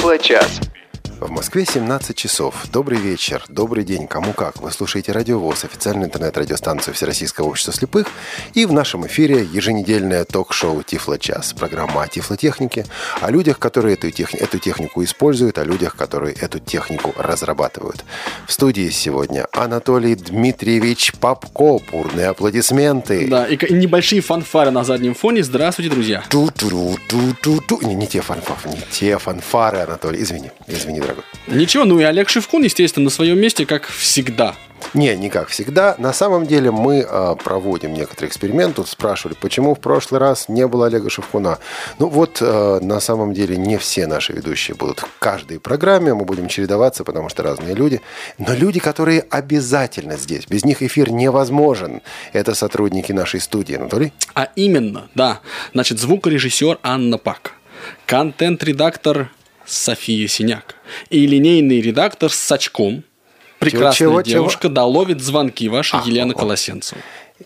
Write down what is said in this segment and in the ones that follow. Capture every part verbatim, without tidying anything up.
Тифло-час. В Москве семнадцать часов. Добрый вечер, добрый день, кому как. Вы слушаете Радио ВОС, официальную интернет-радиостанцию Всероссийского общества слепых. И в нашем эфире еженедельное ток-шоу «Тифло-час». Программа о тифлотехнике, о людях, которые эту, техни- эту технику используют, о людях, которые эту технику разрабатывают. В студии сегодня Анатолий Дмитриевич Попко. Бурные аплодисменты. Да, и небольшие фанфары на заднем фоне. Здравствуйте, друзья. Ту-ту-ру-ту-ту-ту. Не, не те фанфары, не те фанфары, Анатолий. Извини, извини, дорогой. Ничего, ну и Олег Шевкун, естественно, на своем месте, как всегда. Не, не как всегда. На самом деле мы э, проводим некоторые эксперименты. Тут спрашивали, почему в прошлый раз не было Олега Шевкуна. Ну вот, э, на самом деле не все наши ведущие будут в каждой программе. Мы будем чередоваться, потому что разные люди. Но люди, которые обязательно здесь. Без них эфир невозможен. Это сотрудники нашей студии, Анатолий. А именно, да. Значит, звукорежиссер Анна Пак. Контент-редактор София Синяк. И линейный редактор с очком. Прекрасная чего, девушка, чего? да, ловит звонки ваши, а, Елена о, Колосенцева.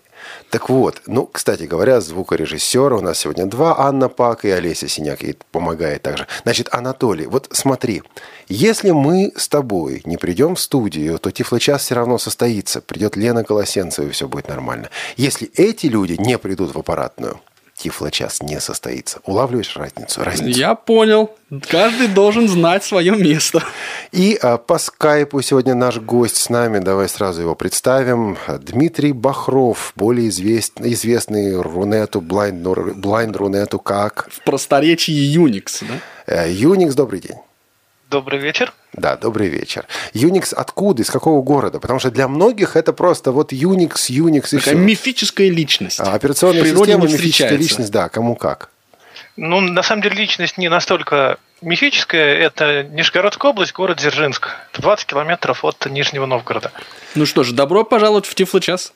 Так вот, ну, кстати говоря, звукорежиссера у нас сегодня два, Анна Пак и Олеся Синяк, ей помогает также. Значит, Анатолий, вот смотри, если мы с тобой не придем в студию, то Тифло-час все равно состоится, придет Лена Колосенцева, и все будет нормально. Если эти люди не придут в аппаратную, Тифло-час не состоится. Улавливаешь разницу? разницу? Я понял. Каждый должен знать свое место. И а, по скайпу сегодня наш гость с нами. Давай сразу его представим. Дмитрий Бахров, более известный, известный Рунету, Blind, Blind Рунету как... В просторечии Unix, да? Unix, добрый день. Добрый вечер. Да, добрый вечер. Unix откуда, из какого города? Потому что для многих это просто вот Unix, Unix и Такая все. мифическая личность. А операционная система, мифическая личность, да, кому как. Ну, на самом деле, личность не настолько мифическая. Это Нижегородская область, город Дзержинск. двадцать километров от Нижнего Новгорода. Ну что ж, добро пожаловать в Тифло-час.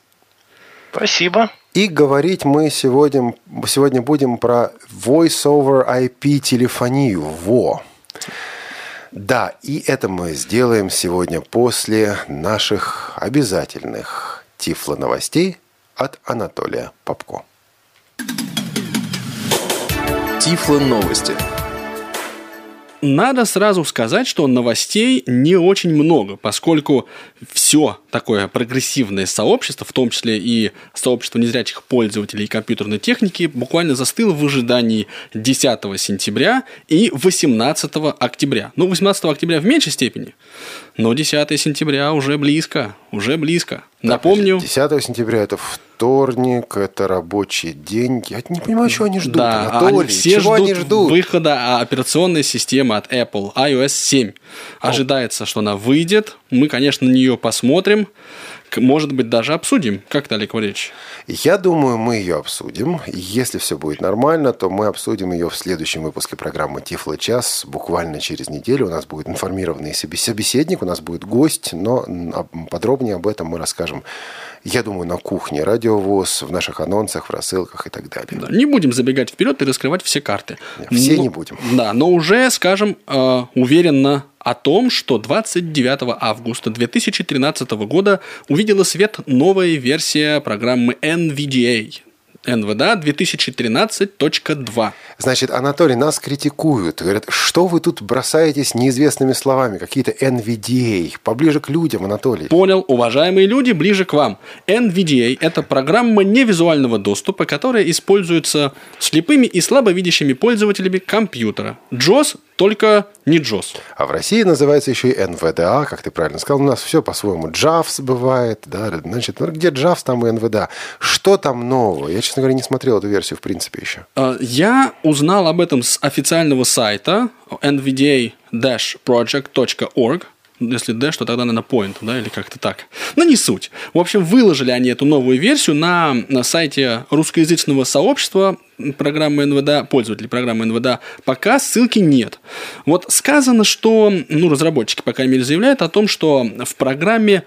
Спасибо. И говорить мы сегодня, сегодня будем про Voice over ай пи телефонию. Во. Да, и это мы сделаем сегодня после наших обязательных Тифло-новостей от Анатолия Попко. Тифло-новости. Надо сразу сказать, что новостей не очень много, поскольку все такое прогрессивное сообщество, в том числе и сообщество незрячих пользователей компьютерной техники, буквально застыло в ожидании десятого сентября и восемнадцатого октября. Ну, восемнадцатого октября в меньшей степени, но десятого сентября уже близко, уже близко. Да, Напомню... десятого сентября это вторник, это рабочий день. Я не понимаю, чего они ждут, Да, Анатолий. они все чего ждут, они ждут выхода операционной системы от Apple, ай о эс семь. Ожидается, что она выйдет. Мы, конечно, на нее посмотрим. Может быть, даже обсудим. Как это, Олег Валерьевич? Я думаю, мы ее обсудим. Если все будет нормально, то мы обсудим ее в следующем выпуске программы Тифло-час. Буквально через неделю у нас будет информированный собеседник, у нас будет гость, но подробнее об этом мы расскажем, я думаю, на кухне Радио ВОС, в наших анонсах, в рассылках и так далее. Да, не будем забегать вперед и раскрывать все карты. Все но, не будем. Да, но уже, скажем, э, уверенно о том, что двадцать девятого августа две тысячи тринадцатого года увидела свет новая версия программы эн ви ди эй. эн ви ди эй две тысячи тринадцать точка два. Значит, Анатолий, нас критикуют. Говорят, что вы тут бросаетесь неизвестными словами? Какие-то эн ви ди эй. Поближе к людям, Анатолий. Понял, уважаемые люди, ближе к вам. эн ви ди эй – это программа невизуального доступа, которая используется слепыми и слабовидящими пользователями компьютера. джос, только не джос. А в России называется еще и эн ви ди эй, как ты правильно сказал. У нас все по-своему. джавс бывает. Да? Значит, ну, где джавс, там и эн ви ди эй. Что там нового? Я, честно говоря, не смотрел эту версию в принципе еще. Я узнал об этом с официального сайта эн ви ди эй project точка орг. Если dash, то тогда, наверное, point, да, или как-то так. Но не суть. В общем, выложили они эту новую версию на, на сайте русскоязычного сообщества программы эн ви ди эй, пользователей программы эн ви ди эй. Пока ссылки нет. Вот сказано, что, ну, разработчики, по крайней мере, заявляют о том, что в программе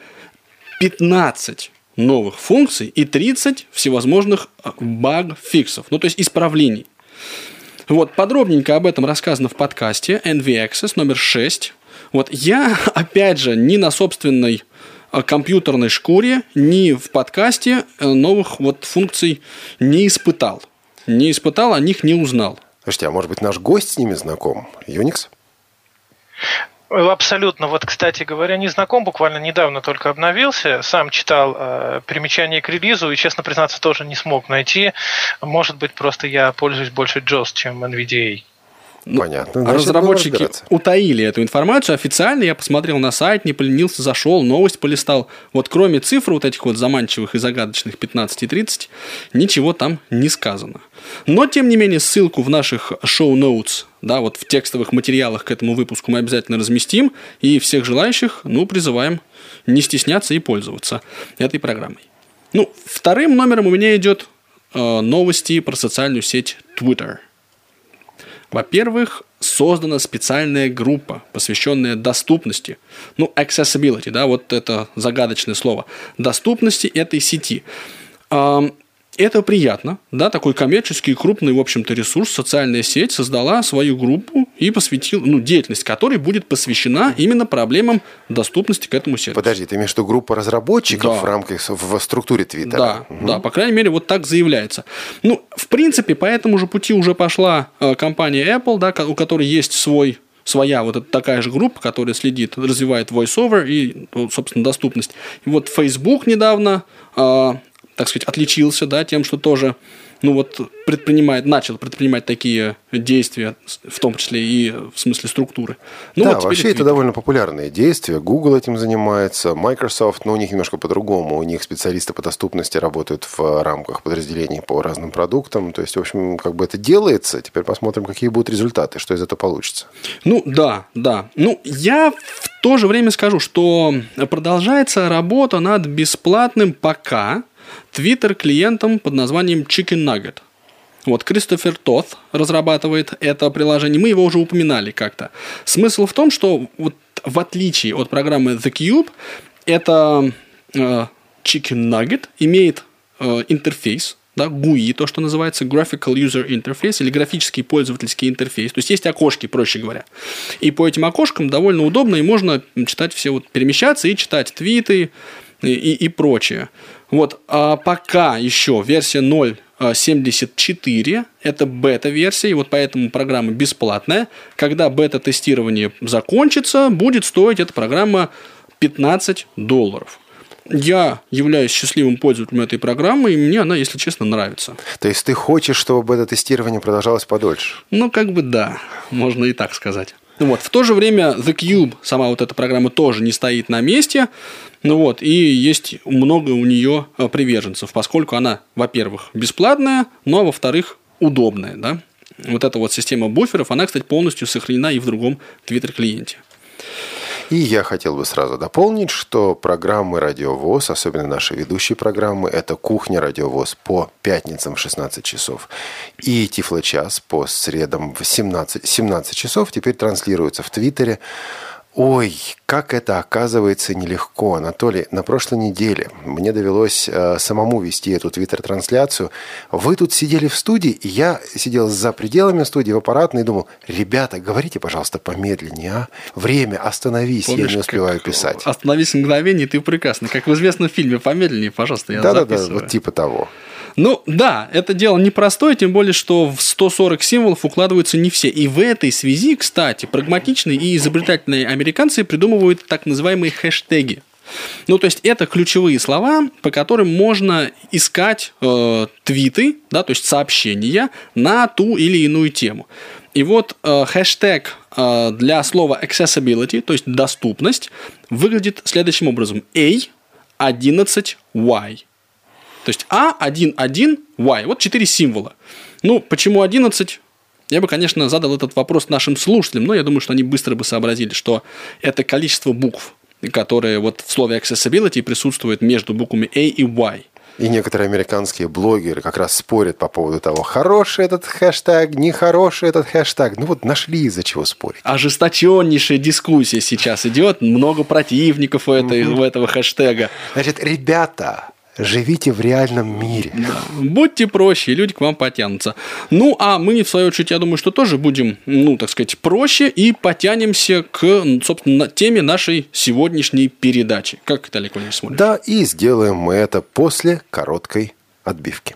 пятнадцать новых функций и тридцать всевозможных баг-фиксов, ну, то есть исправлений. Вот, подробненько об этом рассказано в подкасте эн ви Access номер шесть. Вот я, опять же, ни на собственной компьютерной шкуре, ни в подкасте новых вот функций не испытал. Не испытал, о них не узнал. Слушайте, а может быть наш гость с ними знаком? Unix? Абсолютно. Вот, кстати говоря, не знаком, буквально недавно только обновился. Сам читал э, примечания к релизу и, честно признаться, тоже не смог найти. Может быть, просто я пользуюсь больше джоус, чем эн ви ди эй. Ну, Понятно. Значит, разработчики утаили эту информацию официально. Я посмотрел на сайт, не поленился, зашел, новость полистал. Вот кроме цифр вот этих вот заманчивых и загадочных пятнадцать и тридцать, ничего там не сказано. Но, тем не менее, ссылку в наших шоу-ноутс, да, вот в текстовых материалах к этому выпуску мы обязательно разместим. И всех желающих, ну, призываем не стесняться и пользоваться этой программой. Ну, вторым номером у меня идет э, новости про социальную сеть Twitter. Во-первых, создана специальная группа, посвященная доступности. Ну, accessibility, да, вот это загадочное слово. Доступности этой сети. Это приятно, да, такой коммерческий крупный, в общем-то, ресурс, социальная сеть создала свою группу и посвятила, ну, деятельность которой будет посвящена именно проблемам доступности к этому сервису. Подожди, ты имеешь в виду группу разработчиков Да. в рамках, в структуре Твиттера? Да, Угу. да, по крайней мере, вот так заявляется. Ну, в принципе, по этому же пути уже пошла э, компания Apple, да, у которой есть свой своя вот эта такая же группа, которая следит, развивает voice-over и, собственно, доступность. И вот Facebook недавно, э, так сказать, отличился, да, тем, что тоже, ну вот, предпринимает, начал предпринимать такие действия, в том числе и в смысле структуры. Ну, да, вот вообще это довольно популярные действия. Google этим занимается, Microsoft, но у них немножко по-другому. У них специалисты по доступности работают в рамках подразделений по разным продуктам. То есть, в общем, как бы это делается. Теперь посмотрим, какие будут результаты, что из этого получится. Ну, да, да. Ну, я в то же время скажу, что продолжается работа над бесплатным пока Twitter-клиентом под названием Chicken Nugget. Вот Кристофер Тоth разрабатывает это приложение. Мы его уже упоминали как-то. Смысл в том, что вот в отличие от программы The Cube, это э, Chicken Nugget имеет э, интерфейс, да, джи ю ай, то, что называется Graphical User Interface, или графический пользовательский интерфейс. То есть, есть окошки, проще говоря. И по этим окошкам довольно удобно, и можно читать все, вот, перемещаться и читать твиты и, и, и прочее. Вот, а пока еще версия ноль семьдесят четыре, это бета-версия, и вот поэтому программа бесплатная. Когда бета-тестирование закончится, будет стоить эта программа пятнадцать долларов. Я являюсь счастливым пользователем этой программы, и мне она, если честно, нравится. То есть ты хочешь, чтобы бета-тестирование продолжалось подольше? Ну, как бы да, можно и так сказать. Вот. В то же время The Cube, сама вот эта программа, тоже не стоит на месте. Ну вот, и есть много у нее приверженцев, поскольку она, во-первых, бесплатная, но, во-вторых, удобная. Да? Вот эта вот система буферов, она, кстати, полностью сохранена и в другом Twitter-клиенте. И я хотел бы сразу дополнить, что программы Радио ВОС, особенно наши ведущие программы, это «Кухня Радио ВОС» по пятницам в шестнадцать часов и «Тифлочас» по средам в семнадцать, семнадцать часов теперь транслируются в Твиттере. Ой, как это оказывается нелегко. Анатолий, на прошлой неделе мне довелось э, самому вести эту твиттер-трансляцию. Вы тут сидели в студии, и я сидел за пределами студии в аппаратной и думал, ребята, говорите, пожалуйста, помедленнее, а? Время, остановись, Помнишь, я не успеваю писать. Остановись на мгновение, ты прекрасно. Как в известном фильме, помедленнее, пожалуйста, я Да-да-да, записываю. вот типа того. Ну, да, это дело непростое, тем более, что в сто сорок символов укладываются не все. И в этой связи, кстати, прагматичные и изобретательные американцы придумывают так называемые хэштеги. Ну, то есть, это ключевые слова, по которым можно искать э, твиты, да, то есть, сообщения на ту или иную тему. И вот э, хэштег э, для слова accessibility, то есть, доступность, выглядит следующим образом. A одиннадцать уай. То есть А один один уай. Вот четыре символа. Ну, почему одиннадцать? Я бы, конечно, задал этот вопрос нашим слушателям, но я думаю, что они быстро бы сообразили, что это количество букв, которые вот в слове accessibility присутствуют между буквами A и Y. И некоторые американские блогеры как раз спорят по поводу того, хороший этот хэштег, нехороший этот хэштег. Ну вот нашли из-за чего спорить. Ожесточеннейшая дискуссия сейчас идет, много противников у, этой, у этого хэштега. Значит, ребята... Живите в реальном мире. Да. Будьте проще, и люди к вам потянутся. Ну, а мы, в свою очередь, я думаю, что тоже будем, ну, так сказать, проще и потянемся к, собственно, теме нашей сегодняшней передачи. Как ты, Олег Валерьевич, смотришь? Да, и сделаем мы это после короткой отбивки.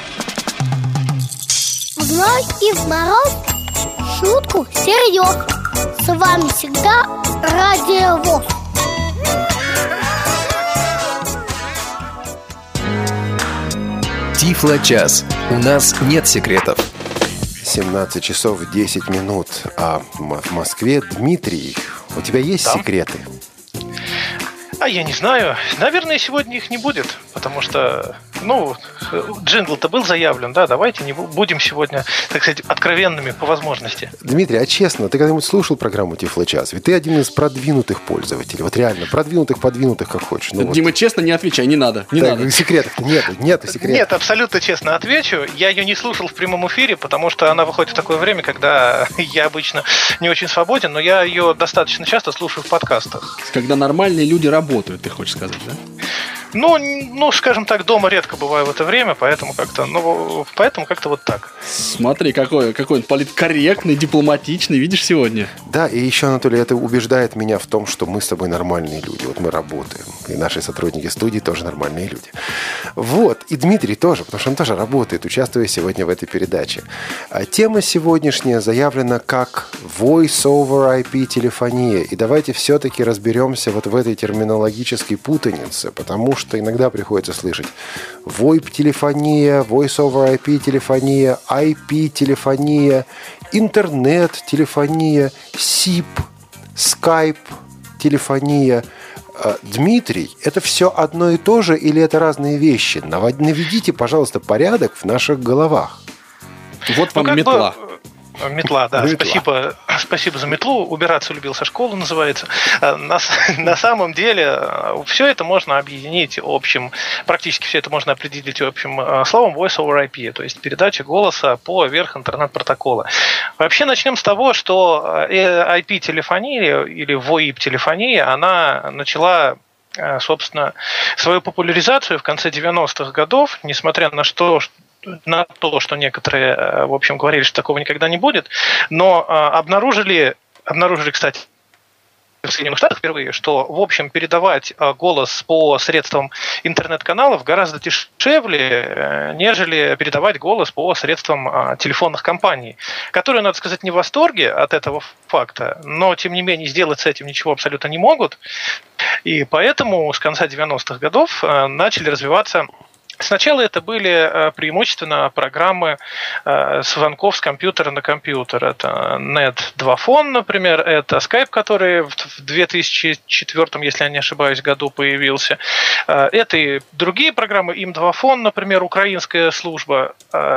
В зной и в мороз шутку серьез. С вами всегда Радио ВОС. Тифло-час. У нас нет секретов. семнадцать часов десять минут. А в Москве Дмитрий, у тебя есть да. секреты? А я не знаю. Наверное, сегодня их не будет, потому что, ну, джингл-то был заявлен, да, давайте не будем сегодня, так сказать, откровенными по возможности. Дмитрий, а честно, ты когда-нибудь слушал программу Тифло-час? Ведь ты один из продвинутых пользователей, вот реально, продвинутых, подвинутых, как хочешь. Ну, Дима, вот. Честно, не отвечай, не надо, не так, надо. Секретов нету, нету секретов. Нет, абсолютно честно отвечу. Я ее не слушал в прямом эфире, потому что она выходит в такое время, когда я обычно не очень свободен, но я ее достаточно часто слушаю в подкастах. Когда нормальные люди работают, ты хочешь сказать, да? Ну, ну, скажем так, дома редко бываю в это время, поэтому как-то, ну, поэтому как-то вот так. Смотри, какой, какой он политкорректный, дипломатичный, видишь, сегодня? Да, и еще, Анатолий, это убеждает меня в том, что мы с тобой нормальные люди. Вот мы работаем, и наши сотрудники студии тоже нормальные люди. Вот, и Дмитрий тоже, потому что он тоже работает, участвуя сегодня в этой передаче. А тема сегодняшняя заявлена как Voice over ай пи-телефония. И давайте все-таки разберемся вот в этой терминологической путанице, потому что что иногда приходится слышать войп-телефония, Voice over ай пи-телефония, ай пи-телефония, интернет-телефония, сип, скайп-телефония. Дмитрий, это все одно и то же или это разные вещи? Наведите, пожалуйста, порядок в наших головах. Вот вам ну, метла. Бы... Метла, да. Метла. Спасибо, спасибо за метлу. Убираться любил со школы, называется. На, на самом деле все это можно объединить общим, практически все это можно определить общим словом Voice over ай пи, то есть передача голоса поверх интернет-протокола. Вообще начнем с того, что ай пи-телефония или войп-телефония, она начала, собственно, свою популяризацию в конце девяностых годов, несмотря на что на то, что некоторые, в общем, говорили, что такого никогда не будет, но обнаружили, обнаружили, кстати, в Соединенных Штатах впервые, что, в общем, передавать голос по средствам интернет-каналов гораздо дешевле, нежели передавать голос по средствам телефонных компаний, которые, надо сказать, не в восторге от этого факта, но, тем не менее, сделать с этим ничего абсолютно не могут. И поэтому с конца девяностых годов начали развиваться. Сначала это были преимущественно программы звонков с компьютера на компьютер. Это нет два фон, например, это Skype, который в две тысячи четвёртом, если я не ошибаюсь, году появился. Это и другие программы, им два фон, например, украинская служба.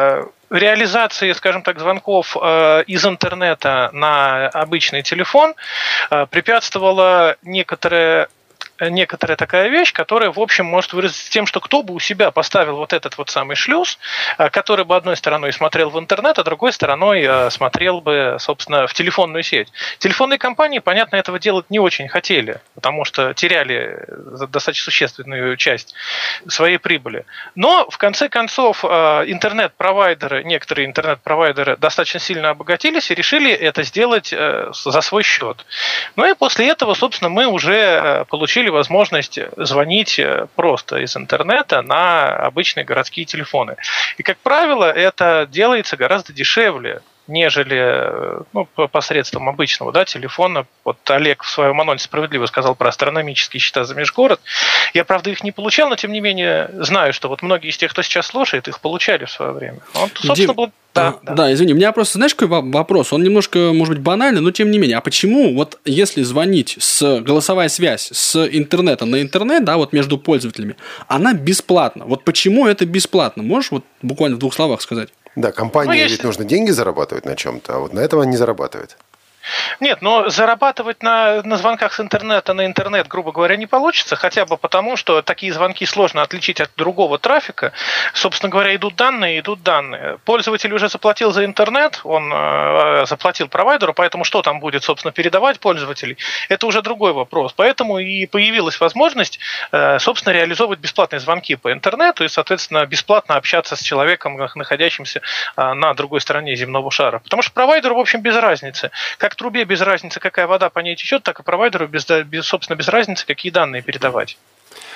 Реализации, скажем так, звонков из интернета на обычный телефон препятствовала некоторая некоторая такая вещь, которая, в общем, может выразиться тем, что кто бы у себя поставил вот этот вот самый шлюз, который бы одной стороной смотрел в интернет, а другой стороной смотрел бы, собственно, в телефонную сеть. Телефонные компании, понятно, этого делать не очень хотели, потому что теряли достаточно существенную часть своей прибыли. Но, в конце концов, интернет-провайдеры, некоторые интернет-провайдеры достаточно сильно обогатились и решили это сделать за свой счет. Ну и после этого, собственно, мы уже получили возможность звонить просто из интернета на обычные городские телефоны. И, как правило, это делается гораздо дешевле, нежели ну, посредством обычного да, телефона. Вот Олег в своем анонсе справедливо сказал про астрономические счета за межгород. Я, правда, их не получал, но, тем не менее, знаю, что вот многие из тех, кто сейчас слушает, их получали в свое время. Вот, собственно, Дим, был... да, да, да, извини, у меня просто, знаешь, какой вопрос? Он немножко, может быть, банальный, но тем не менее. А почему вот если звонить с голосовая связь с интернета на интернет, да, вот между пользователями, она бесплатна? Вот почему это бесплатно? Можешь вот буквально в двух словах сказать? Да, компании ну, ведь если... нужно деньги зарабатывать на чем-то, а вот на этом они не зарабатывают. Нет, но зарабатывать на, на звонках с интернета на интернет, грубо говоря, не получится, хотя бы потому, что такие звонки сложно отличить от другого трафика. Собственно говоря, идут данные, идут данные. Пользователь уже заплатил за интернет, он э, заплатил провайдеру, поэтому что там будет, собственно, передавать пользователей, это уже другой вопрос. Поэтому и появилась возможность, э, собственно, реализовывать бесплатные звонки по интернету и, соответственно, бесплатно общаться с человеком, находящимся э, на другой стороне земного шара. Потому что провайдеру, в общем, без разницы. Как трубе без разницы, какая вода по ней течет, так и провайдеру, без, без, собственно, без разницы, какие данные передавать.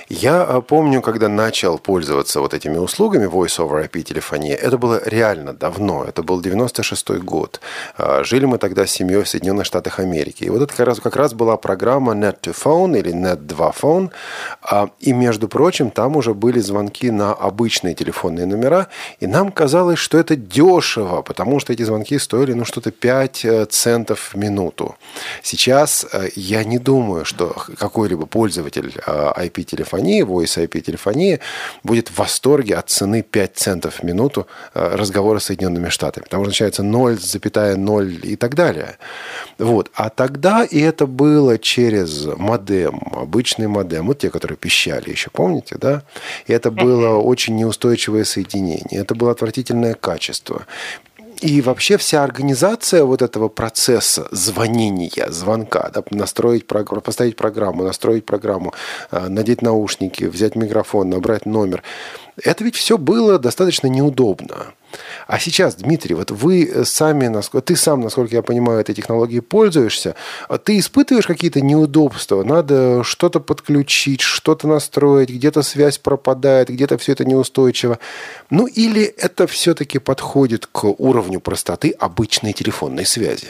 Я помню, когда начал пользоваться вот этими услугами Voice over ай пи телефонии, это было реально давно, это был девяносто шестой год. Жили мы тогда с семьей в Соединенных Штатах Америки. И вот это как раз, как раз была программа Net to Phone или Net два Phone. И, между прочим, там уже были звонки на обычные телефонные номера, и нам казалось, что это дешево, потому что эти звонки стоили, ну, что-то пять центов в минуту. Сейчас я не думаю, что какой-либо пользователь ай пи-телефонии, Voice ай пи-телефонии будет в восторге от цены пять центов в минуту разговора с Соединенными Штатами, потому что начинается ноль целых ноль и так далее. Вот. А тогда и это было через модем, обычный модем, вот те, которые пищали еще, помните, да? И это было очень неустойчивое соединение, это было отвратительное качество. И вообще вся организация вот этого процесса звонения, звонка, да, настроить, поставить программу, настроить программу, надеть наушники, взять микрофон, набрать номер, это ведь все было достаточно неудобно. А сейчас, Дмитрий, вот вы сами, ты сам, насколько я понимаю, этой технологией пользуешься, ты испытываешь какие-то неудобства? Надо что-то подключить, что-то настроить, где-то связь пропадает, где-то все это неустойчиво. Ну или это все-таки подходит к уровню простоты обычной телефонной связи?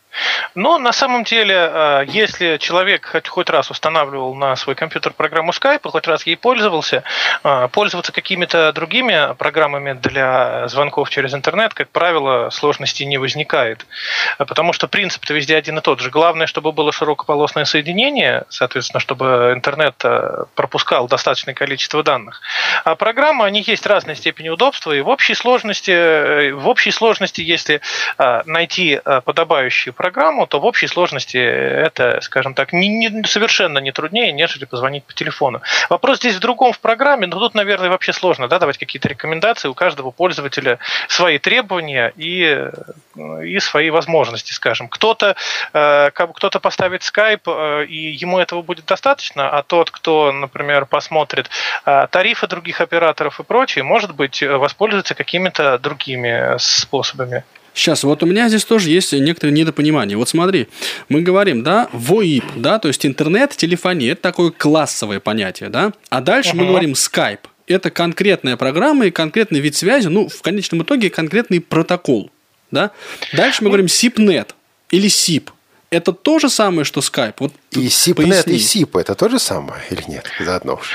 Но на самом деле, если человек хоть, хоть раз устанавливал на свой компьютер программу Skype, хоть раз ей пользовался, пользоваться какими-то другими программами для звонков через интернет, как правило, сложностей не возникает. Потому что принцип-то везде один и тот же. Главное, чтобы было широкополосное соединение, соответственно, чтобы интернет пропускал достаточное количество данных. А программы, они есть разной степени удобства, и в общей сложности, в общей сложности, если найти подобающую программу, программу, то в общей сложности это, скажем так, не, не, совершенно не труднее, нежели позвонить по телефону. Вопрос здесь в другом в программе, но тут, наверное, вообще сложно, да, давать какие-то рекомендации. У каждого пользователя свои требования и, и свои возможности, скажем. Кто-то, э, кто-то поставит Skype, э, и ему этого будет достаточно, а тот, кто, например, посмотрит э, тарифы других операторов и прочее, может быть, воспользуется какими-то другими способами. Сейчас, вот у меня здесь тоже есть некоторые недопонимания. Вот смотри, мы говорим, да, войп, да, то есть интернет-телефония, это такое классовое понятие, да, а дальше uh-huh. мы говорим Skype. Это конкретная программа и конкретный вид связи, ну, в конечном итоге конкретный протокол, да. Дальше мы говорим сипнет или сип. Это то же самое, что Skype. Вот и сипнет, и сип это то же самое или нет? Заодно уж.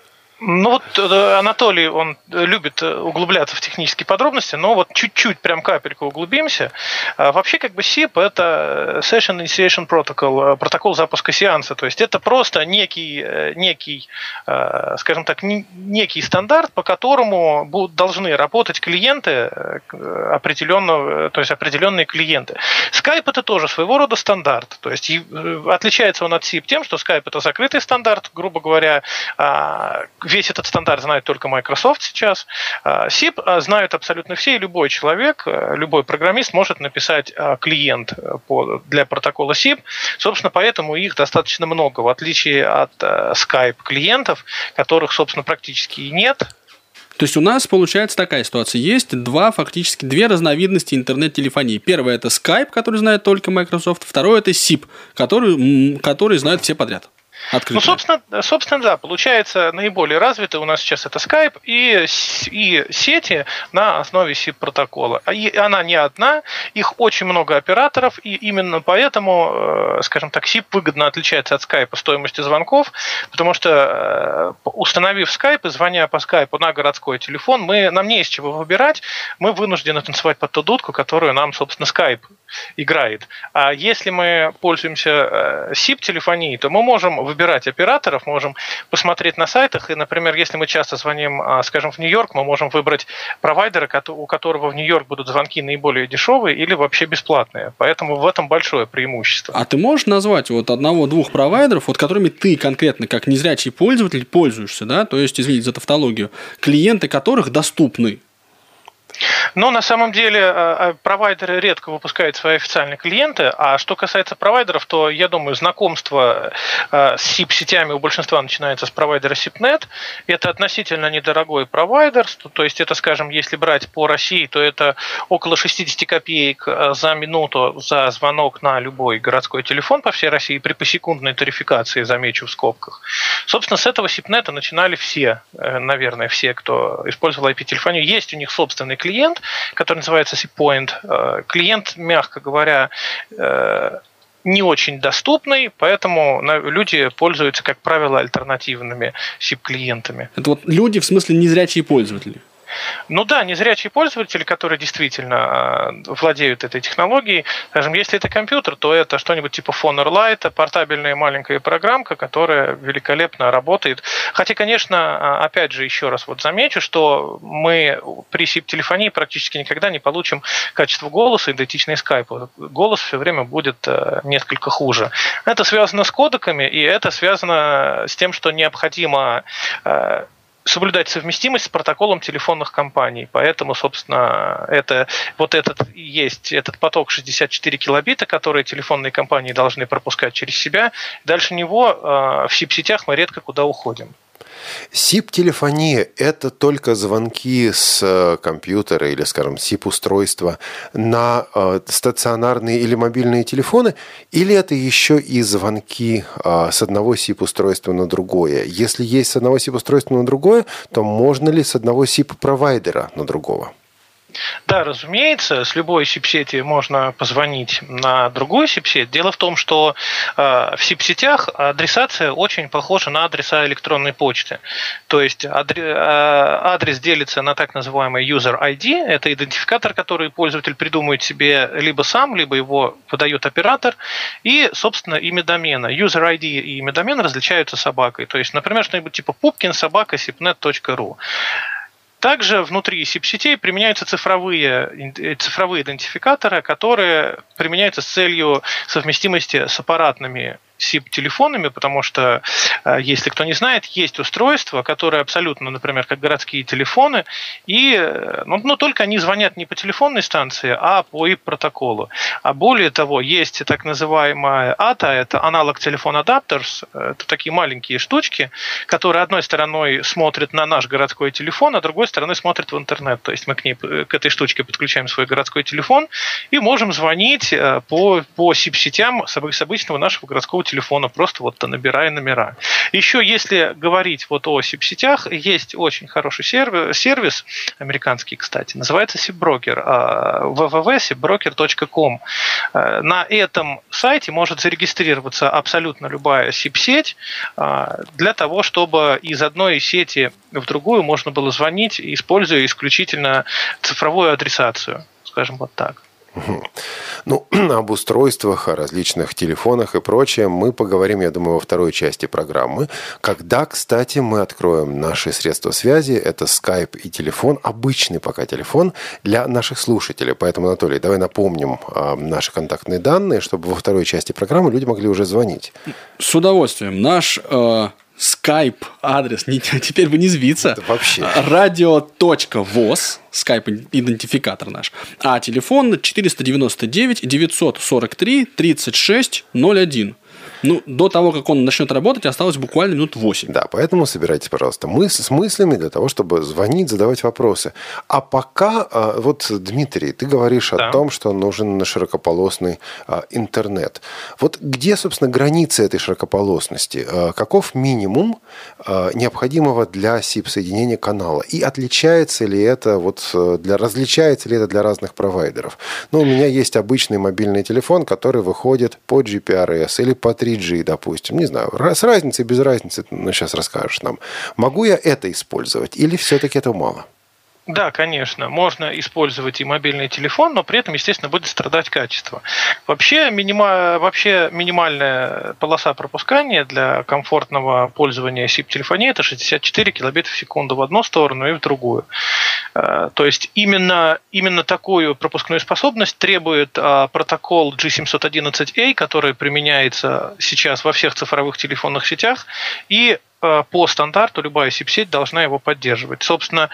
Ну вот Анатолий, он любит углубляться в технические подробности, но вот чуть-чуть, прям капельку углубимся. Вообще как бы сип это Session Initiation Protocol, протокол запуска сеанса, то есть это просто некий, некий, скажем так, некий стандарт, по которому будут, должны работать клиенты определенного, то есть определенные клиенты. Skype это тоже своего рода стандарт, то есть отличается он от сип тем, что Skype это закрытый стандарт, грубо говоря. Весь этот стандарт знает только Microsoft сейчас. сип знают абсолютно все, и любой человек, любой программист может написать клиент для протокола сип. Собственно, поэтому их достаточно много, в отличие от Skype клиентов, которых, собственно, практически и нет. То есть у нас получается такая ситуация. Есть два, фактически две разновидности интернет-телефонии. Первое – это Skype, который знает только Microsoft. Второе – это сип, который, который знают все подряд. Открытые. Ну, собственно, собственно, да, получается, наиболее развитый у нас сейчас это Skype и, и сети на основе сип-протокола. И она не одна, их очень много операторов, и именно поэтому, скажем так, сип выгодно отличается от Skype стоимостью звонков, потому что, установив Skype и звоня по Skype на городской телефон, мы, нам не из чего выбирать, мы вынуждены танцевать под ту дудку, которую нам, собственно, Skype играет. А если мы пользуемся сип-телефонией, то мы можем выбирать операторов, можем посмотреть на сайтах, и, например, если мы часто звоним, скажем, в Нью-Йорк, мы можем выбрать провайдера, у которого в Нью-Йорк будут звонки наиболее дешевые или вообще бесплатные. Поэтому в этом большое преимущество. А ты можешь назвать вот одного-двух провайдеров, вот которыми ты конкретно, как незрячий пользователь, пользуешься, да? То есть, извините за тавтологию, клиенты которых доступны? Но на самом деле провайдеры редко выпускают свои официальные клиенты, а что касается провайдеров, то, я думаю, знакомство с сип-сетями у большинства начинается с провайдера сипнет. Это относительно недорогой провайдер, то есть это, скажем, если брать по России, то это около шестьдесят копеек за минуту за звонок на любой городской телефон по всей России при посекундной тарификации, замечу в скобках. Собственно, с этого сипнета начинали все, наверное, все, кто использовал ай пи-телефонию. Есть у них собственный клиент, клиент, который называется SIP-Point. Клиент, мягко говоря, не очень доступный, поэтому люди пользуются, как правило, альтернативными сип-клиентами. Это вот люди, в смысле, незрячие пользователи? Ну да, незрячие пользователи, которые действительно владеют этой технологией. Скажем, если это компьютер, то это что-нибудь типа Phoner Lite, портабельная маленькая программка, которая великолепно работает. Хотя, конечно, опять же, еще раз вот замечу, что мы при сип-телефонии практически никогда не получим качество голоса, идентичное скайпу. Голос все время будет несколько хуже. Это связано с кодеками, и это связано с тем, что необходимо соблюдать совместимость с протоколом телефонных компаний. Поэтому, собственно, это, вот этот есть этот поток шестьдесят четыре килобита, которые телефонные компании должны пропускать через себя. Дальше него э, в сип-сетях мы редко куда уходим. сип-телефония – это только звонки с компьютера или, скажем, сип-устройства на э, стационарные или мобильные телефоны, или это еще и звонки э, с одного сип-устройства на другое? Если есть с одного сип-устройства на другое, то можно ли с одного сип-провайдера на другого? Да, разумеется, с любой сип-сети можно позвонить на другую сип-сеть. Дело в том, что э, в сип-сетях адресация очень похожа на адреса электронной почты. То есть адре, э, адрес делится на так называемый user ай ди, это идентификатор, который пользователь придумывает себе либо сам, либо его выдает оператор, и, собственно, имя домена. User ай ди и имя домена различаются собакой. То есть, например, что-нибудь типа пупкин собака сипнет точка ру. Также внутри сип-сетей применяются цифровые, цифровые идентификаторы, которые применяются с целью совместимости с аппаратными сип-телефонами, потому что, если кто не знает, есть устройства, которые абсолютно, например, как городские телефоны, и, ну, но только они звонят не по телефонной станции, а по ай пи-протоколу. А более того, есть так называемая эй ти эй, это аналог телефон адаптерс, это такие маленькие штучки, которые одной стороной смотрят на наш городской телефон, а другой стороной смотрят в интернет. То есть мы к ней, к этой штучке подключаем свой городской телефон и можем звонить по, по сип-сетям с обычного нашего городского телефона, просто вот набирая номера. Еще, если говорить вот о сип-сетях, есть очень хороший сервис, сервис американский, кстати, называется SIP-Broker, дабл ю дабл ю дабл ю точка сип брокер точка ком. На этом сайте может зарегистрироваться абсолютно любая сип-сеть для того, чтобы из одной сети в другую можно было звонить, используя исключительно цифровую адресацию, скажем вот так. Ну, об устройствах, о различных телефонах и прочее мы поговорим, я думаю, во второй части программы. Когда, кстати, мы откроем наши средства связи, это скайп и телефон, обычный пока телефон для наших слушателей. Поэтому, Анатолий, давай напомним э, наши контактные данные, чтобы во второй части программы люди могли уже звонить. С удовольствием. Наш... Э... скайп-адрес, теперь бы не звиться. Это вообще. радио.воз, скайп-идентификатор наш. А телефон четыреста девяносто девять девятьсот сорок три тридцать шесть ноль один. Ну, до того, как он начнет работать, осталось буквально минут восемь. Да, поэтому собирайте, пожалуйста, мыс- с мыслями для того, чтобы звонить, задавать вопросы. А пока, вот, Дмитрий, ты говоришь да. о том, что нужен широкополосный а, интернет. Вот где, собственно, границы этой широкополосности? А, каков минимум а, необходимого для сип-соединения канала? И отличается ли это, вот, для, различается ли это для разных провайдеров? Ну, у меня есть обычный мобильный телефон, который выходит по джи пи ар эс или по три джи, допустим. Не знаю, с разницей, без разницы, ну, сейчас расскажешь нам. Могу я это использовать или все-таки этого мало? Да, конечно, можно использовать и мобильный телефон, но при этом, естественно, будет страдать качество. Вообще, минима... Вообще минимальная полоса пропускания для комфортного пользования сип-телефонией – это шестьдесят четыре килобита в секунду в одну сторону и в другую. То есть именно, именно такую пропускную способность требует протокол джи семьсот одиннадцать эй, который применяется сейчас во всех цифровых телефонных сетях, и по стандарту любая сип-сеть должна его поддерживать. Собственно,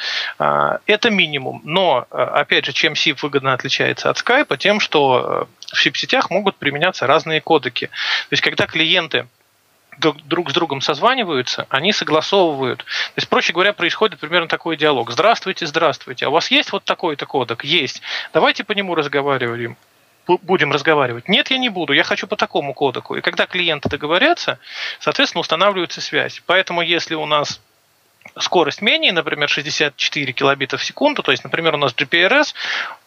это минимум. Но, опять же, чем сип выгодно отличается от Skype? Тем, что в сип-сетях могут применяться разные кодеки. То есть, когда клиенты друг с другом созваниваются, они согласовывают. То есть, проще говоря, происходит примерно такой диалог. Здравствуйте, здравствуйте. А у вас есть вот такой-то кодек? Есть. Давайте по нему разговариваем. Будем разговаривать. Нет, я не буду, я хочу по такому кодеку. И когда клиенты договорятся, соответственно, устанавливается связь. Поэтому, если у нас скорость менее, например, шестьдесят четыре килобита в секунду, то есть, например, у нас джи пи ар эс,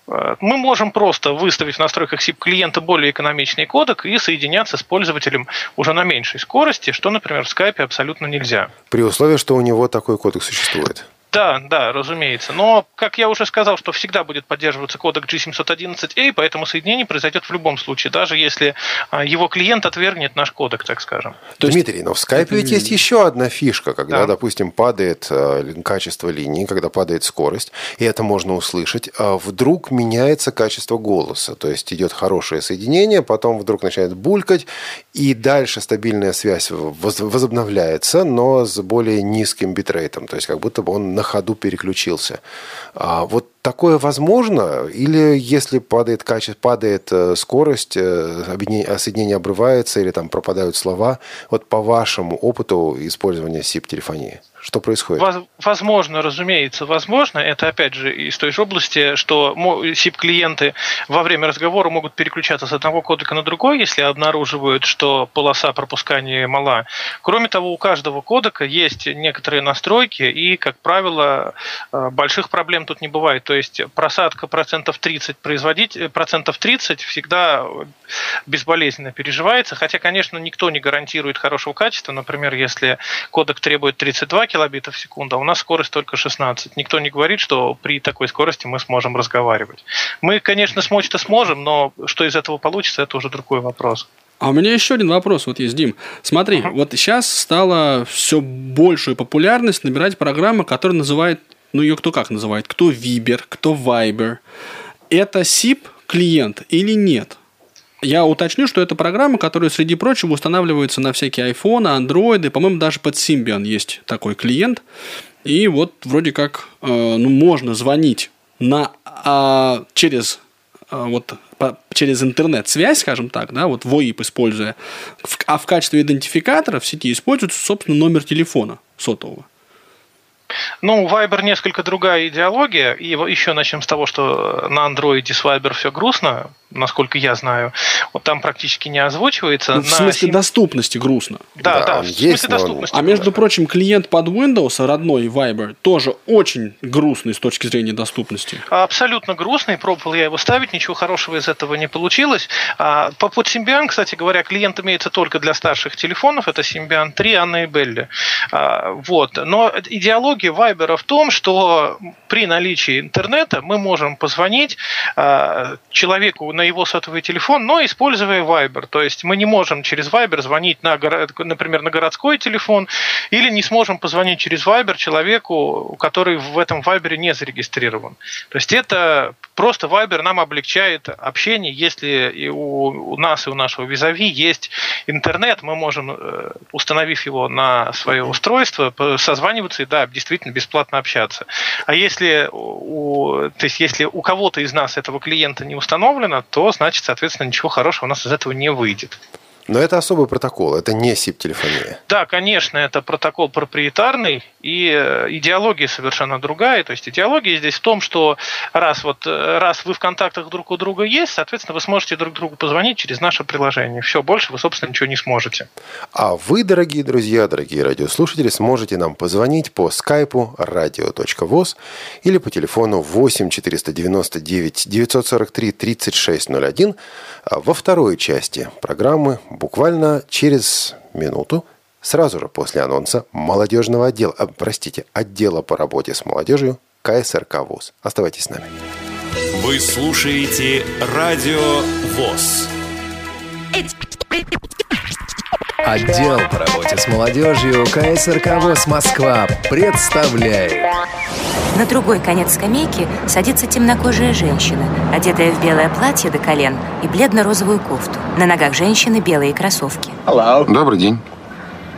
мы можем просто выставить в настройках сип клиента более экономичный кодек и соединяться с пользователем уже на меньшей скорости, что, например, в Skype абсолютно нельзя. При условии, что у него такой кодек существует. Да, да, разумеется. Но, как я уже сказал, что всегда будет поддерживаться кодек джи семьсот одиннадцать эй, поэтому соединение произойдет в любом случае, даже если его клиент отвергнет наш кодек, так скажем. Дмитрий, но в Skype ведь есть еще одна фишка, когда, да. допустим, падает качество линии, когда падает скорость, и это можно услышать, а вдруг меняется качество голоса. То есть идет хорошее соединение, потом вдруг начинает булькать, и дальше стабильная связь возобновляется, но с более низким битрейтом. То есть как будто бы он на ходу переключился. А вот такое возможно? Или если падает качество, падает скорость, соединение обрывается или там пропадают слова? Вот по вашему опыту использования сип-телефонии, что происходит? Возможно, разумеется, возможно. Это, опять же, из той же области, что сип-клиенты во время разговора могут переключаться с одного кодека на другой, если обнаруживают, что полоса пропускания мала. Кроме того, у каждого кодека есть некоторые настройки, и, как правило, больших проблем тут не бывает. То есть просадка процентов тридцать производить, процентов тридцать всегда безболезненно переживается, хотя, конечно, никто не гарантирует хорошего качества. Например, если кодек требует тридцать два килобита в секунду, а у нас скорость только шестнадцать. Никто не говорит, что при такой скорости мы сможем разговаривать. Мы, конечно, смочь-то сможем, но что из этого получится, это уже другой вопрос. А у меня еще один вопрос вот есть, Дим. Смотри, uh-huh. вот сейчас стала все большую популярность набирать программа, которая называет, ну ее кто как называет, кто Viber, кто Viber. Это сип-клиент или нет? Я уточню, что это программа, которая, среди прочего, устанавливается на всякие айфоны, андроиды. По-моему, даже под Symbian есть такой клиент. И вот вроде как э, ну, можно звонить на, э, через, э, вот, по, через интернет-связь, скажем так, да, вот воип используя. В, а в качестве идентификатора в сети используется, собственно, номер телефона сотового. Ну, у Viber несколько другая идеология. И еще начнем с того, что на андроиде с Viber все грустно, насколько я знаю. Вот там практически не озвучивается. Ну, в смысле на... доступности грустно. Да, да, да в смысле есть, доступности. А между прочим, клиент под Windows, родной Viber, тоже очень грустный с точки зрения доступности. Абсолютно грустный. Пробовал я его ставить, ничего хорошего из этого не получилось. А по под Symbian, кстати говоря, клиент имеется только для старших телефонов. Это Symbian три, Анна и Белли. А, вот. Но идеология Viber в том, что при наличии интернета мы можем позвонить э, человеку на его сотовый телефон, но используя Viber. То есть мы не можем через Viber звонить, на, например, на городской телефон, или не сможем позвонить через Viber человеку, который в этом Viber не зарегистрирован. То есть это просто Viber нам облегчает общение. Если и у, у нас и у нашего визави есть интернет, мы можем, э, установив его на свое устройство, созваниваться и, да, действительно бесплатно общаться. А если у, то есть, если у кого-то из нас этого клиента не установлено, то, значит, соответственно, ничего хорошего у нас из этого не выйдет. Но это особый протокол, это не сип-телефония. Да, конечно, это протокол проприетарный, и идеология совершенно другая. То есть идеология здесь в том, что раз, вот, раз вы в контактах друг у друга есть, соответственно, вы сможете друг другу позвонить через наше приложение. Все, больше вы, собственно, ничего не сможете. А вы, дорогие друзья, дорогие радиослушатели, сможете нам позвонить по скайпу радио точка воз или по телефону восемь четыреста девяносто девять девятьсот сорок три тридцать шесть ноль один во второй части программы буквально через минуту, сразу же после анонса молодежного отдела, а, простите, отдела по работе с молодежью ка эс эр ка ВОС. Оставайтесь с нами. Вы слушаете Радио ВОС. Отдел по работе с молодежью ка эс эр ка ВОС Москва представляет. На другой конец скамейки садится темнокожая женщина, одетая в белое платье до колен и бледно-розовую кофту. На ногах женщины белые кроссовки. Hello. Добрый день.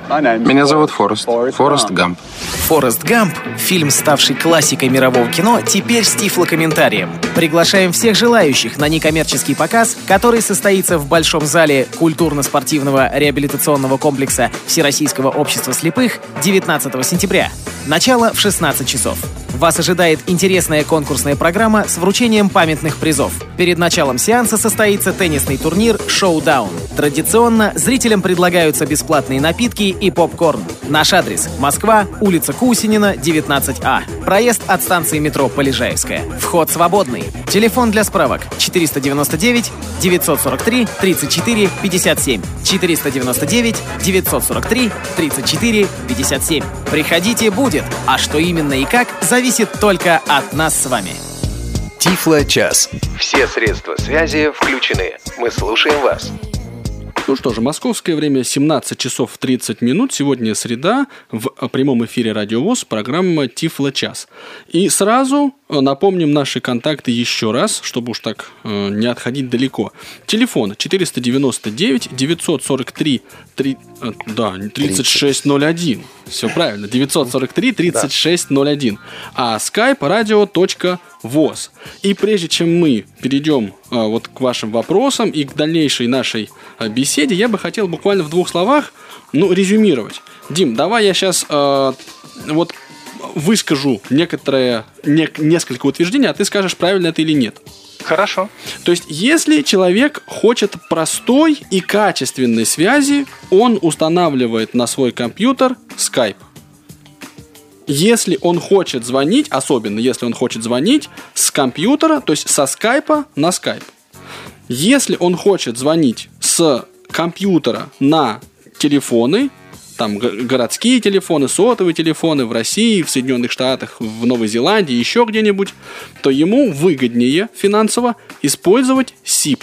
Меня зовут Форест. Форест Гамп. «Форест Гамп» — фильм, ставший классикой мирового кино, теперь с тифлокомментарием. Приглашаем всех желающих на некоммерческий показ, который состоится в Большом зале культурно-спортивного реабилитационного комплекса Всероссийского общества слепых девятнадцатого сентября. Начало в шестнадцать часов. Вас ожидает интересная конкурсная программа с вручением памятных призов. Перед началом сеанса состоится теннисный турнир «Шоудаун». Традиционно зрителям предлагаются бесплатные напитки и попкорн. Наш адрес – Москва, улица Кусинина, девятнадцать А. Проезд от станции метро Полежаевская. Вход свободный. Телефон для справок четыреста девяносто девять девятьсот сорок три тридцать четыре пятьдесят семь. четыреста девяносто девять девятьсот сорок три тридцать четыре пятьдесят семь. Приходите, будет. А что именно и как, зависит только от нас с вами. Тифло-час. Все средства связи включены. Мы слушаем вас. Ну что же, московское время семнадцать часов тридцать минут. Сегодня среда, в прямом эфире Радио ВОС, программа Тифло-час. И сразу напомним наши контакты еще раз, чтобы уж так э, не отходить далеко. Телефон четыреста девяносто девять девятьсот сорок три три, э, да, тридцать шесть ноль один. Все правильно, девятьсот сорок три тридцать шесть ноль один. А skype radio точка voz. И прежде чем мы перейдем э, вот к вашим вопросам и к дальнейшей нашей э, беседе, я бы хотел буквально в двух словах, ну, резюмировать. Дим, давай я сейчас э, вот выскажу некоторые, не, несколько утверждений, а ты скажешь, правильно это или нет. Хорошо. То есть, если человек хочет простой и качественной связи, он устанавливает на свой компьютер Skype. Если он хочет звонить, особенно если он хочет звонить с компьютера, то есть со скайпа на скайп. Если он хочет звонить с компьютера на телефоны, там городские телефоны, сотовые телефоны в России, в Соединенных Штатах, в Новой Зеландии, еще где-нибудь, то ему выгоднее финансово использовать сип.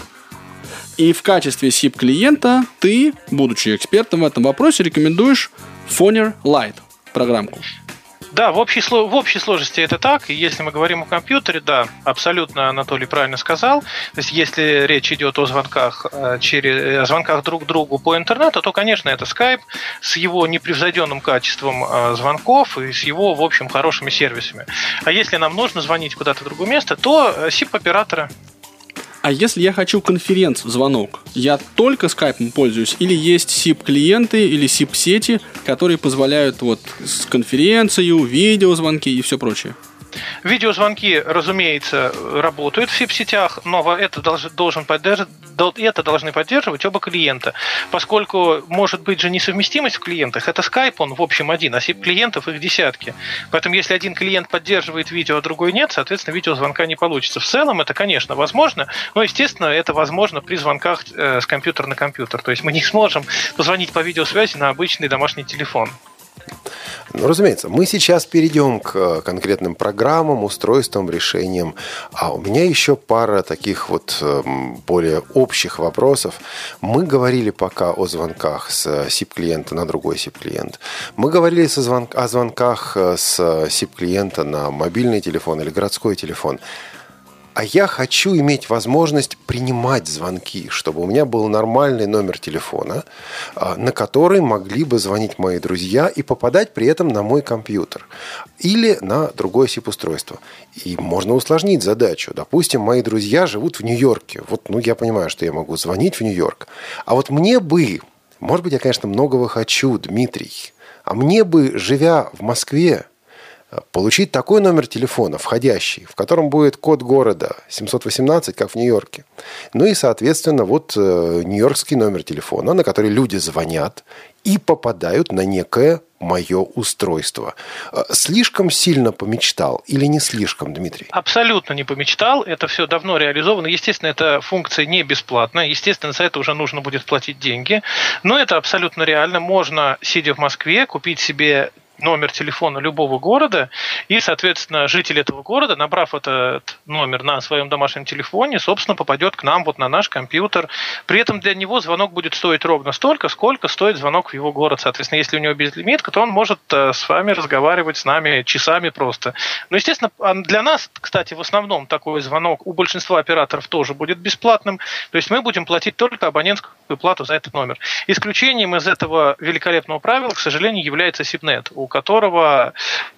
И в качестве сип-клиента ты, будучи экспертом в этом вопросе, рекомендуешь Phoneer Lite программку. Да, в общей, в общей сложности это так. И если мы говорим о компьютере, да, абсолютно Анатолий правильно сказал. То есть, если речь идет о звонках, через, о звонках друг другу по интернету, то, конечно, это Skype с его непревзойденным качеством звонков и с его, в общем, хорошими сервисами. А если нам нужно звонить куда-то в другое место, то сип-операторы. А если я хочу конференц-звонок, я только скайпом пользуюсь? Или есть сип-клиенты или сип-сети, которые позволяют вот с конференцию, видеозвонки и все прочее? Видеозвонки, разумеется, работают в сип-сетях, но это, должен поддерживать, это должны поддерживать оба клиента, поскольку может быть же несовместимость в клиентах. Это Skype, он в общем один, а сип-клиентов их десятки. Поэтому если один клиент поддерживает видео, а другой нет, соответственно, видеозвонка не получится. В целом это, конечно, возможно, но, естественно, это возможно при звонках с компьютера на компьютер. То есть мы не сможем позвонить по видеосвязи на обычный домашний телефон. Ну, разумеется, мы сейчас перейдем к конкретным программам, устройствам, решениям. А у меня еще пара таких вот более общих вопросов. Мы говорили пока о звонках с сип-клиента на другой сип-клиент. Мы говорили со звон... о звонках с сип-клиента на мобильный телефон или городской телефон. А я хочу иметь возможность принимать звонки, чтобы у меня был нормальный номер телефона, на который могли бы звонить мои друзья и попадать при этом на мой компьютер или на другое сип-устройство. И можно усложнить задачу. Допустим, мои друзья живут в Нью-Йорке. Вот, ну, я понимаю, что я могу звонить в Нью-Йорк. А вот мне бы, может быть, я, конечно, многого хочу, Дмитрий, а мне бы, живя в Москве, получить такой номер телефона, входящий, в котором будет код города семьсот восемнадцать, как в Нью-Йорке. Ну и, соответственно, вот э, нью-йоркский номер телефона, на который люди звонят и попадают на некое мое устройство. Слишком сильно помечтал или не слишком, Дмитрий? Абсолютно не помечтал. Это все давно реализовано. Естественно, эта функция не бесплатная. Естественно, за это уже нужно будет платить деньги. Но это абсолютно реально. Можно, сидя в Москве, купить себе номер телефона любого города, и, соответственно, житель этого города, набрав этот номер на своем домашнем телефоне, собственно, попадет к нам вот на наш компьютер. При этом для него звонок будет стоить ровно столько, сколько стоит звонок в его город. Соответственно, если у него безлимитка, то он может с вами разговаривать с нами часами просто. Но, естественно, для нас, кстати, в основном такой звонок у большинства операторов тоже будет бесплатным. То есть мы будем платить только абонентскую плату за этот номер. Исключением из этого великолепного правила, к сожалению, является Сипнет, у которого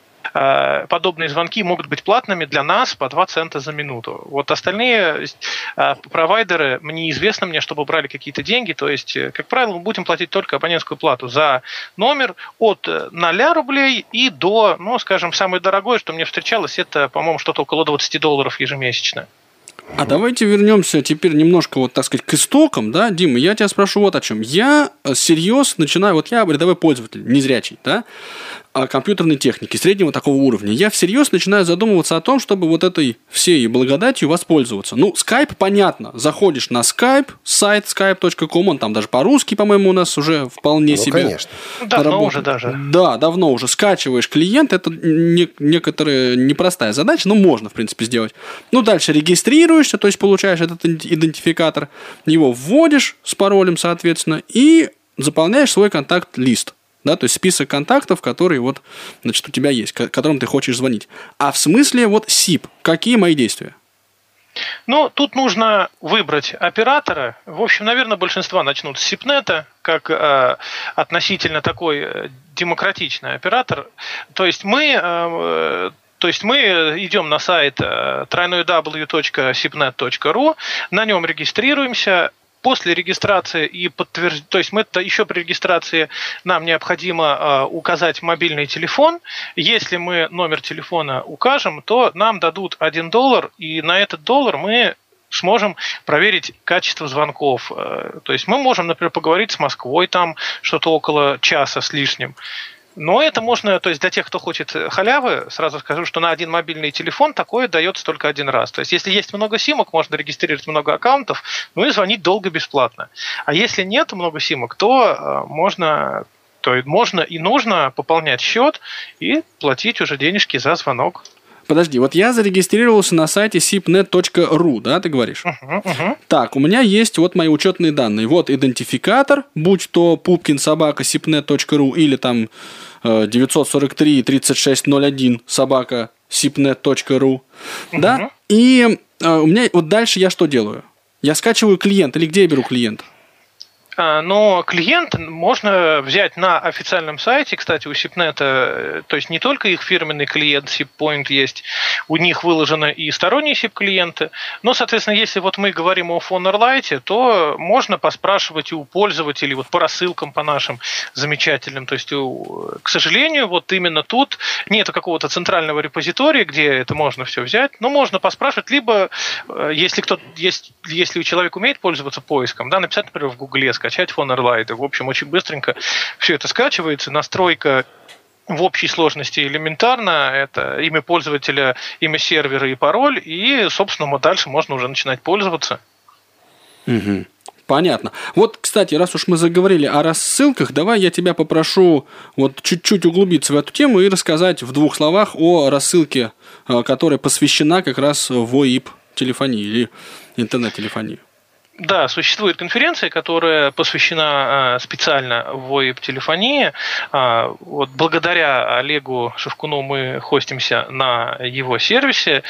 э, подобные звонки могут быть платными для нас по два цента за минуту. Вот остальные э, провайдеры, мне известно мне, чтобы брали какие-то деньги, то есть, как правило, мы будем платить только абонентскую плату за номер от ноля рублей и до, ну, скажем, самое дорогое, что мне встречалось, это, по-моему, что-то около двадцать долларов ежемесячно. А давайте вернемся теперь немножко, вот так сказать, к истокам, да, Дима, я тебя спрошу вот о чем. Я всерьез начинаю, вот я рядовой пользователь, незрячий, да, компьютерной техники среднего такого уровня. Я всерьез начинаю задумываться о том, чтобы вот этой всей благодатью воспользоваться. Ну, Skype, понятно. Заходишь на Skype, сайт skype точка ком, он там даже по-русски, по-моему, у нас уже вполне ну, себе конечно. Давно работает. Уже даже. Да, давно уже. Скачиваешь клиент, это не, некоторая непростая задача, но можно, в принципе, сделать. Ну, дальше регистрируешься, то есть получаешь этот идентификатор, его вводишь с паролем, соответственно, и заполняешь свой контакт-лист. Да, то есть список контактов, которые вот, значит, у тебя есть, к которым ты хочешь звонить. А в смысле вот СИП, какие мои действия? Ну, тут нужно выбрать оператора. В общем, наверное, большинство начнут с Сипнета, как э, относительно такой э, демократичный оператор. То есть мы... Э, То есть мы идем на сайт дабл ю дабл ю дабл ю точка сипнет точка ру, на нем регистрируемся. После регистрации и подтверждения, то есть мы еще при регистрации нам необходимо э, указать мобильный телефон. Если мы номер телефона укажем, то нам дадут один доллар, и на этот доллар мы сможем проверить качество звонков. Э, то есть мы можем, например, поговорить с Москвой там что-то около часа с лишним. Но это можно, то есть для тех, кто хочет халявы, сразу скажу, что на один мобильный телефон такое дается только один раз. То есть если есть много симок, можно регистрировать много аккаунтов, ну и звонить долго бесплатно. А если нет много симок, то можно, то можно и нужно пополнять счет и платить уже денежки за звонок. Подожди, вот я зарегистрировался на сайте сипнет точка ру, да, ты говоришь? Uh-huh, uh-huh. Так, у меня есть вот мои учетные данные. Вот идентификатор, будь то пупкин собака сипнет точка ру или там девятьсот сорок три тридцать шесть ноль один собака сипнет точка ру, uh-huh. да? И э, у меня вот дальше я что делаю? Я скачиваю клиент или где я беру клиента? Но клиент можно взять на официальном сайте, кстати, у Сипнета, то есть не только их фирменный клиент SipPoint есть, у них выложены и сторонние SIP-клиенты, но, соответственно, если вот мы говорим о Phoner-Lite, то можно поспрашивать у пользователей вот по рассылкам по нашим замечательным, то есть, к сожалению, вот именно тут нет какого-то центрального репозитория, где это можно все взять, но можно поспрашивать, либо, если кто, есть, если человек умеет пользоваться поиском, да, написать, например, в Гугле, скачать Phoner-Lite. В общем, очень быстренько все это скачивается. Настройка в общей сложности элементарна. Это имя пользователя, имя сервера и пароль. И, собственно, дальше можно уже начинать пользоваться. Угу. Понятно. Вот, кстати, раз уж мы заговорили о рассылках, давай я тебя попрошу вот чуть-чуть углубиться в эту тему и рассказать в двух словах о рассылке, которая посвящена как раз ВоИП-телефонии или интернет-телефонии. Да, существует конференция, которая посвящена специально ВоИП-телефонии. Вот благодаря Олегу Шевкуну мы хостимся на его сервисе.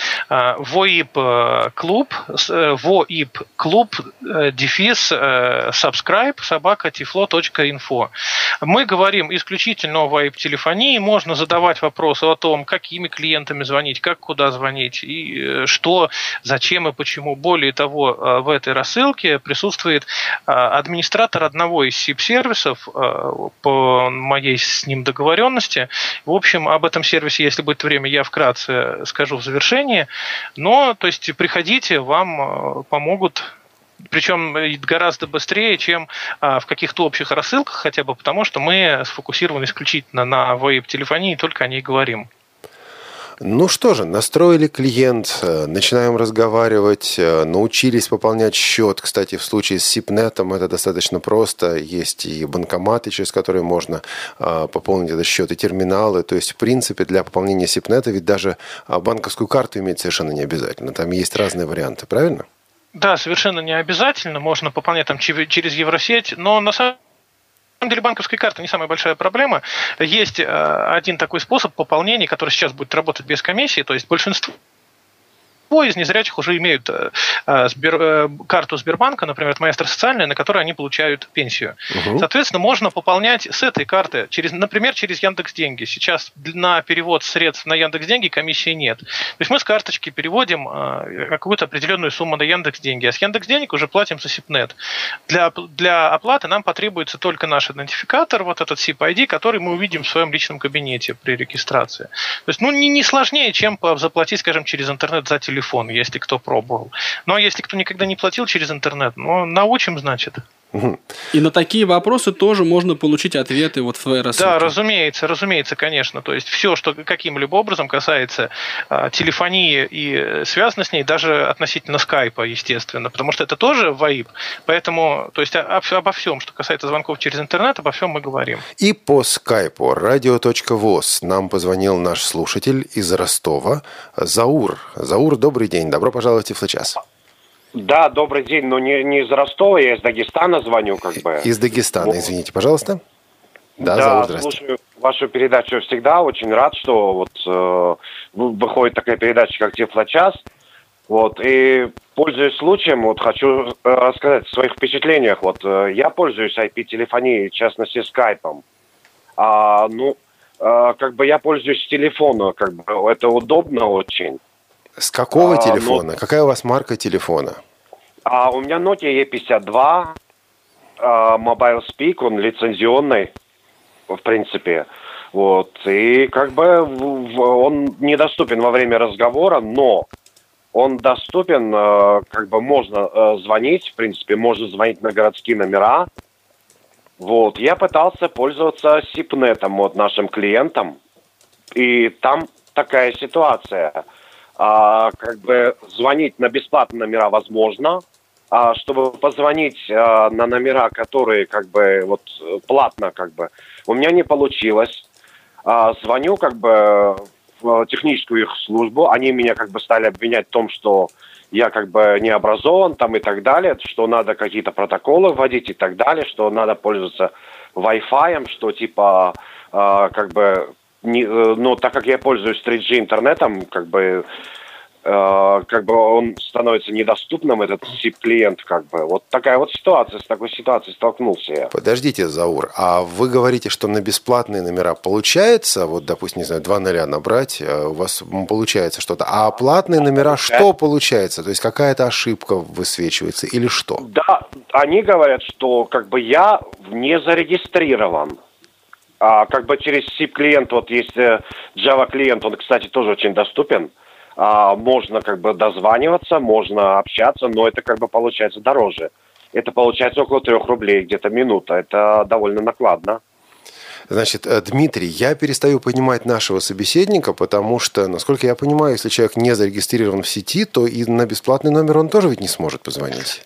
ВоИП-клуб, ВоИП-клуб, дефис, subscribe, собака, тифло точка инфо. Мы говорим исключительно о ВоИП-телефонии. Можно задавать вопросы о том, какими клиентами звонить, как куда звонить, и что, зачем и почему. Более того, в этой рассылке присутствует администратор одного из сип-сервисов по моей с ним договоренности. В общем, об этом сервисе, если будет время, я вкратце скажу в завершении. Но, то есть, приходите, вам помогут, причем гораздо быстрее, чем в каких-то общих рассылках, хотя бы потому, что мы сфокусированы исключительно на ВоИП-телефонии и только о ней говорим. Ну что же, настроили клиент, начинаем разговаривать, научились пополнять счет. Кстати, в случае с Сипнетом это достаточно просто. Есть и банкоматы, через которые можно пополнить этот счет, и терминалы. То есть, в принципе, для пополнения Сипнета ведь даже банковскую карту иметь совершенно не обязательно. Там есть разные варианты, правильно? Да, совершенно не обязательно. Можно пополнять там через Евросеть, но на самом На самом деле банковская карта не самая большая проблема. Есть один такой способ пополнения, который сейчас будет работать без комиссии, то есть большинство из незрячих уже имеют э, Сбер, э, карту Сбербанка, например, это Маэстро социальная, на которой они получают пенсию. Угу. Соответственно, можно пополнять с этой карты, через, например, через Яндекс.Деньги. Сейчас на перевод средств на Яндекс.Деньги комиссии нет. То есть мы с карточки переводим э, какую-то определенную сумму на Яндекс.Деньги, а с Яндекс.Денег уже платим за Сипнет. Для, для оплаты нам потребуется только наш идентификатор, вот этот Сип ай ди, который мы увидим в своем личном кабинете при регистрации. То есть, ну, не, не сложнее, чем заплатить, скажем, через интернет за телефон. телефон, если кто пробовал. Но если кто никогда не платил через интернет, ну, научим, значит. И на такие вопросы тоже можно получить ответы вот в твоей рассылке. Да, разумеется, разумеется, конечно. То есть все, что каким-либо образом касается а, телефонии и связано с ней, даже относительно скайпа, естественно, потому что это тоже вайп. Поэтому, то есть об, обо всем, что касается звонков через интернет, обо всем мы говорим. И по скайпу радио.воз нам позвонил наш слушатель из Ростова Заур. Заур, добрый день, добро пожаловать в Тифлочас. Да, добрый день, но не, не из Ростова, я из Дагестана звоню, как бы. Из Дагестана, вот. Извините, пожалуйста. Да, да, Заур, здравствуйте. Слушаю вашу передачу всегда, очень рад, что вот э, выходит такая передача, как Тифлочас. Вот, и пользуясь случаем, вот хочу рассказать о своих впечатлениях. Вот э, я пользуюсь ай пи-телефонией, в частности, скайпом. А, ну, э, как бы я пользуюсь телефоном, как бы это удобно очень. С какого а, телефона? Ну, какая у вас марка телефона? А, у меня Nokia и пятьдесят два, а, Mobile Speak, он лицензионный, в принципе. Вот. И как бы он недоступен во время разговора, но он доступен, как бы можно звонить, в принципе, можно звонить на городские номера. Вот. Я пытался пользоваться Сипнетом, вот нашим клиентом, и там такая ситуация. А, как бы звонить на бесплатные номера возможно, а чтобы позвонить а, на номера, которые как бы вот платно, как бы у меня не получилось. А, звоню как бы в техническую их службу, они меня как бы стали обвинять в том, что я как бы не образован там и так далее, что надо какие-то протоколы вводить и так далее, что надо пользоваться Wi-Fi, что типа а, как бы Не, ну, так как я пользуюсь три джи интернетом, как бы, э, как бы он становится недоступным, этот сип-клиент, как бы. Вот такая вот ситуация, с такой ситуацией столкнулся я. Подождите, Заур, а вы говорите, что на бесплатные номера получается, вот, допустим, не знаю, два нуля набрать, у вас получается что-то, а платные номера что получается? То есть какая-то ошибка высвечивается или что? Да, они говорят, что как бы я не зарегистрирован. А, как бы через сип-клиент, вот есть Java-клиент, он, кстати, тоже очень доступен. А, можно как бы дозваниваться, можно общаться, но это как бы получается дороже. Это получается около трех рублей, где-то минута. Это довольно накладно. Значит, Дмитрий, я перестаю понимать нашего собеседника, потому что, насколько я понимаю, если человек не зарегистрирован в сети, то и на бесплатный номер он тоже ведь не сможет позвонить.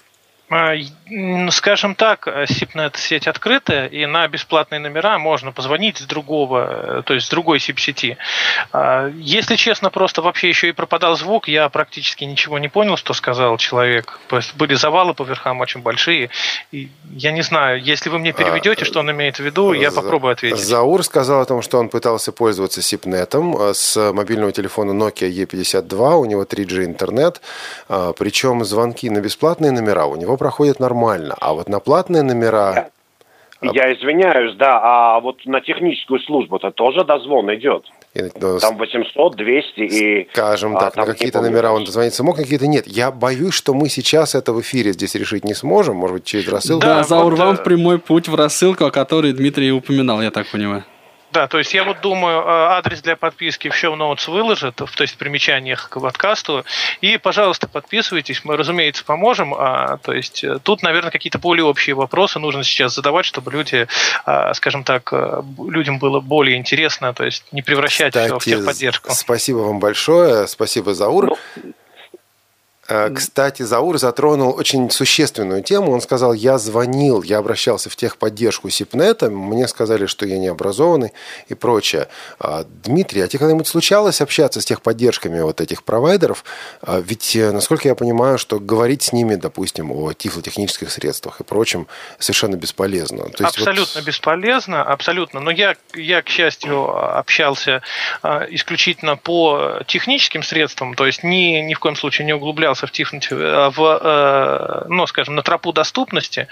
Скажем так, Сипнет сеть открытая, и на бесплатные номера можно позвонить с другого, то есть с другой сип-сети. Если честно, просто вообще еще и пропадал звук, я практически ничего не понял, что сказал человек. То есть были завалы по верхам очень большие. И я не знаю, если вы мне переведете, что он имеет в виду, я попробую ответить. Заур сказал о том, что он пытался пользоваться Сипнетом с мобильного телефона Nokia и пятьдесят два, у него три джи интернет, причем звонки на бесплатные номера у него проходят нормально, а вот на платные номера... Я извиняюсь, да, а вот на техническую службу-то тоже дозвон идет. И, ну, там восемьсот, двести и... Скажем так, а, на какие-то номера он дозвониться мог, какие-то нет. Я боюсь, что мы сейчас это в эфире здесь решить не сможем, может быть, через рассылку. Да, Заур, вам в прямой путь в рассылку, о которой Дмитрий упоминал, я так понимаю. Да, то есть я вот думаю, адрес для подписки в show notes выложат, то есть в примечаниях к подкасту. И, пожалуйста, подписывайтесь, мы, разумеется, поможем. А, то есть тут, наверное, какие-то более общие вопросы нужно сейчас задавать, чтобы люди, а, скажем так, людям было более интересно, то есть не превращать Кстати, все в техподдержку. Спасибо вам большое, спасибо, Заур. Ну, Кстати, Заур затронул очень существенную тему. Он сказал, я звонил, я обращался в техподдержку Сипнета, мне сказали, что я не образованный и прочее. Дмитрий, а тебе когда-нибудь случалось общаться с техподдержками вот этих провайдеров? Ведь, насколько я понимаю, что говорить с ними, допустим, о тифлотехнических средствах и прочем совершенно бесполезно. То есть абсолютно вот... бесполезно, абсолютно. Но я, я, к счастью, общался исключительно по техническим средствам, то есть ни, ни в коем случае не углублялся в тифлотехнические в, ну, скажем, на тропу доступности.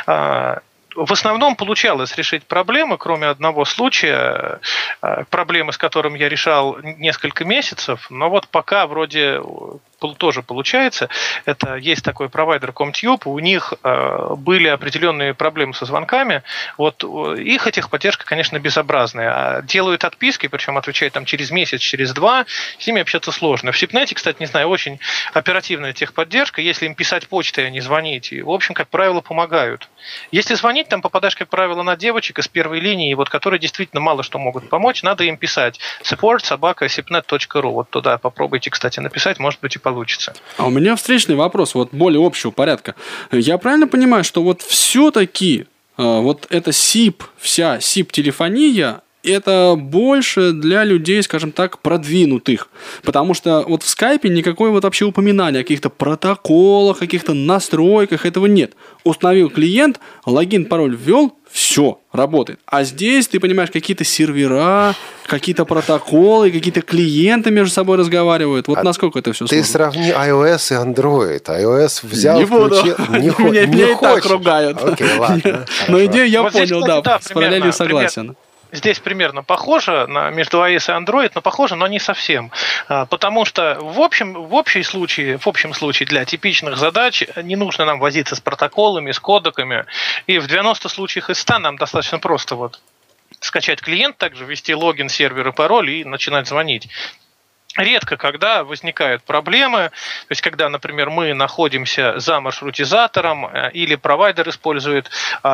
В основном получалось решить проблемы, кроме одного случая, проблемы, с которым я решал несколько месяцев, но вот пока вроде тоже получается. Это есть такой провайдер ComTube, у них э, были определенные проблемы со звонками. Вот их техподдержка, конечно, безобразная. А делают отписки, причем отвечают там через месяц, через два. С ними общаться сложно. В Сипнете, кстати, не знаю, очень оперативная техподдержка. Если им писать почтой, а не звонить. И, в общем, как правило, помогают. Если звонить, там попадаешь, как правило, на девочек из первой линии, вот, которые действительно мало что могут помочь. Надо им писать support собака сипнет точка ру. Вот туда попробуйте, кстати, написать, может быть, и получится. А у меня встречный вопрос, вот более общего порядка. Я правильно понимаю, что вот все-таки э, вот эта сип, вся сип-телефония, это больше для людей, скажем так, продвинутых. Потому что вот в скайпе никакой вот вообще упоминания о каких-то протоколах, каких-то настройках, этого нет. Установил клиент, логин, пароль ввел, все, работает. А здесь, ты понимаешь, какие-то сервера, какие-то протоколы, какие-то клиенты между собой разговаривают. Вот а насколько это все сложно. Ты сравни iOS и Android. iOS взял, не включил... Буду. Не буду. Меня, меня и так ругают. Окей, ладно. Но идею я вот понял, здесь, кстати, да, да, с параллелью согласен. Примерно. Здесь примерно похоже на, между iOS и Android, но похоже, но не совсем. Потому что в общем, в общем случае, в общем случае для типичных задач не нужно нам возиться с протоколами, с кодеками. И в девяноста случаях из ста нам достаточно просто вот скачать клиент, также ввести логин, сервер и пароль и начинать звонить. Редко когда возникают проблемы, то есть когда, например, мы находимся за маршрутизатором или провайдер использует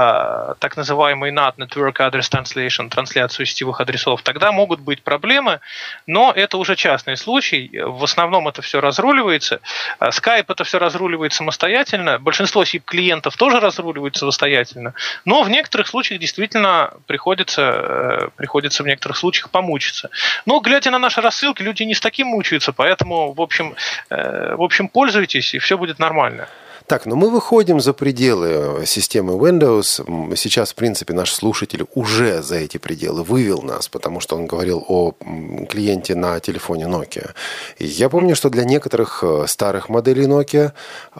а, так называемый эн эй ти, Network Address Translation, трансляцию сетевых адресов, тогда могут быть проблемы, но это уже частный случай, в основном это все разруливается. Skype это все разруливает самостоятельно, большинство сип-клиентов тоже разруливают самостоятельно, но в некоторых случаях действительно приходится, приходится в некоторых случаях помучиться. Но глядя на наши рассылки, люди не таким мучаются, поэтому, в общем, э, в общем, пользуйтесь, и все будет нормально. Так, но мы выходим за пределы системы Windows. Сейчас, в принципе, наш слушатель уже за эти пределы вывел нас, потому что он говорил о клиенте на телефоне Nokia. И я помню, что для некоторых старых моделей Nokia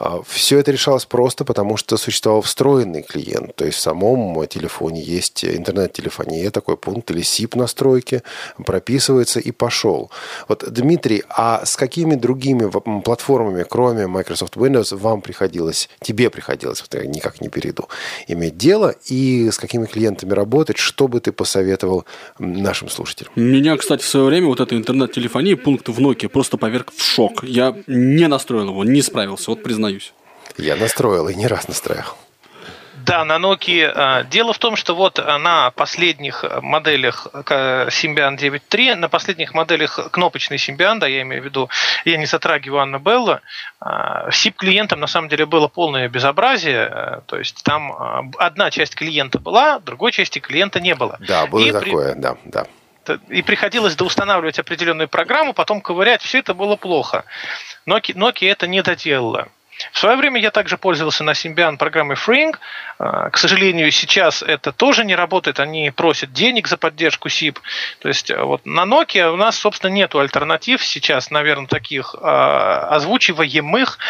все это решалось просто, потому что существовал встроенный клиент. То есть в самом телефоне есть интернет-телефония, такой пункт или сип настройки, прописывается и пошел. Вот, Дмитрий, а с какими другими платформами, кроме Microsoft Windows, вам приходилось тебе приходилось, вот я никак не перейду, иметь дело, и с какими клиентами работать, что бы ты посоветовал нашим слушателям? Меня, кстати, в свое время вот эта интернет-телефония, пункт в Nokia, просто поверг в шок. Я не настроил его, не справился, вот признаюсь. Я настроил и не раз настраивал. Да, на Nokia. Дело в том, что вот на последних моделях Symbian девять точка три, на последних моделях кнопочный Symbian, да, я имею в виду, я не затрагиваю Annabella, сип-клиентам на самом деле было полное безобразие, то есть там одна часть клиента была, другой части клиента не было. Да, было и такое, при... да, да. И приходилось доустанавливать определенную программу, потом ковырять, все это было плохо. Nokia, Nokia это не доделала. В свое время я также пользовался на Symbian программой Freeing. К сожалению, сейчас это тоже не работает. Они просят денег за поддержку сип. То есть вот на Nokia у нас, собственно, нету альтернатив сейчас, наверное, таких озвучиваемых,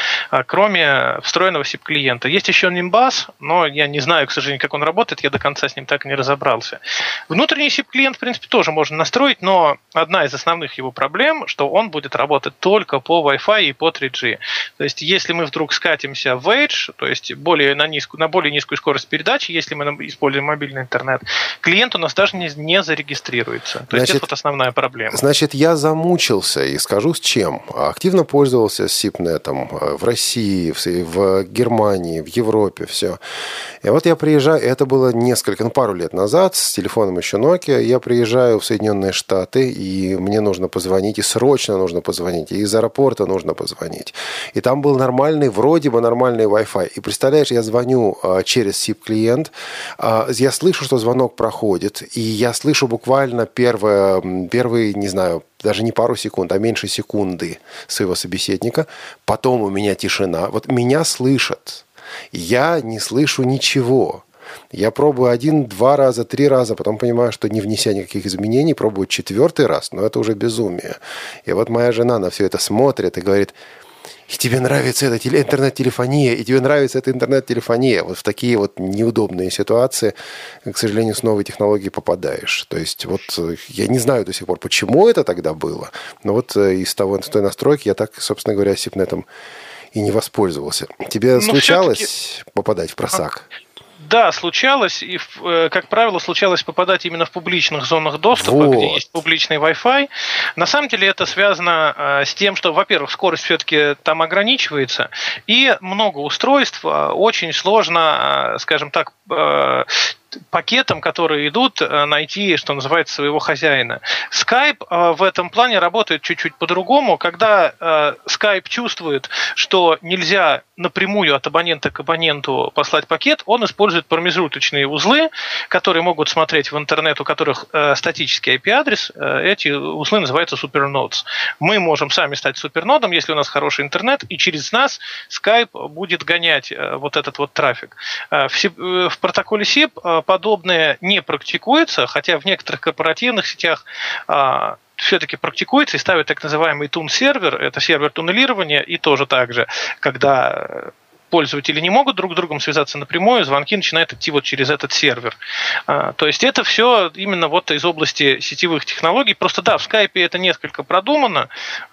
кроме встроенного сип-клиента. Есть еще Nimbus, но я не знаю, к сожалению, как он работает. Я до конца с ним так и не разобрался. Внутренний сип-клиент, в принципе, тоже можно настроить, но одна из основных его проблем, что он будет работать только по Wi-Fi и по три джи. То есть если мы вдруг вдруг скатимся в Edge, то есть более на, низкую, на более низкую скорость передачи, если мы используем мобильный интернет, клиент у нас даже не, не зарегистрируется. То значит, есть это вот основная проблема. Значит, я замучился, и скажу с чем. Активно пользовался сипнетом в России, в Германии, в Европе, все. И вот я приезжаю, это было несколько, ну, пару лет назад, с телефоном еще Nokia, я приезжаю в Соединенные Штаты, и мне нужно позвонить, и срочно нужно позвонить, и из аэропорта нужно позвонить. И там был нормальный, вроде бы нормальный Wi-Fi. И представляешь, я звоню а, через сип-клиент, а, я слышу, что звонок проходит, и я слышу буквально первое, первые, не знаю, даже не пару секунд, а меньше секунды своего собеседника. Потом у меня тишина. Вот меня слышат. Я не слышу ничего. Я пробую один, два раза, три раза, потом понимаю, что не внеся никаких изменений, пробую четвертый раз, но это уже безумие. И вот моя жена на все это смотрит и говорит: и тебе нравится эта интернет-телефония, и тебе нравится эта интернет-телефония. Вот в такие вот неудобные ситуации, к сожалению, с новой технологией попадаешь. То есть вот я не знаю до сих пор, почему это тогда было, но вот из того, с той настройки я так, собственно говоря, сипнетом и не воспользовался. Тебе но случалось попадать в просак? Да, случалось, и, как правило, случалось попадать именно в публичных зонах доступа, вот, где есть публичный Wi-Fi. На самом деле это связано с тем, что, во-первых, скорость все-таки там ограничивается, и много устройств очень сложно, скажем так, пакетам, которые идут, найти, что называется, своего хозяина. Skype в этом плане работает чуть-чуть по-другому. Когда Skype чувствует, что нельзя напрямую от абонента к абоненту послать пакет, он использует промежуточные узлы, которые могут смотреть в интернет, у которых статический ай пи-адрес. Эти узлы называются супернодс. Мы можем сами стать супернодом, если у нас хороший интернет, и через нас Skype будет гонять вот этот вот трафик. В протоколе сип подобное не практикуется, хотя в некоторых корпоративных сетях а, все-таки практикуется и ставят так называемый тун-сервер, это сервер туннелирования, и тоже так же, когда пользователи не могут друг с другом связаться напрямую, звонки начинают идти вот через этот сервер. А, то есть это все именно вот из области сетевых технологий. Просто да, в Skype это несколько продумано,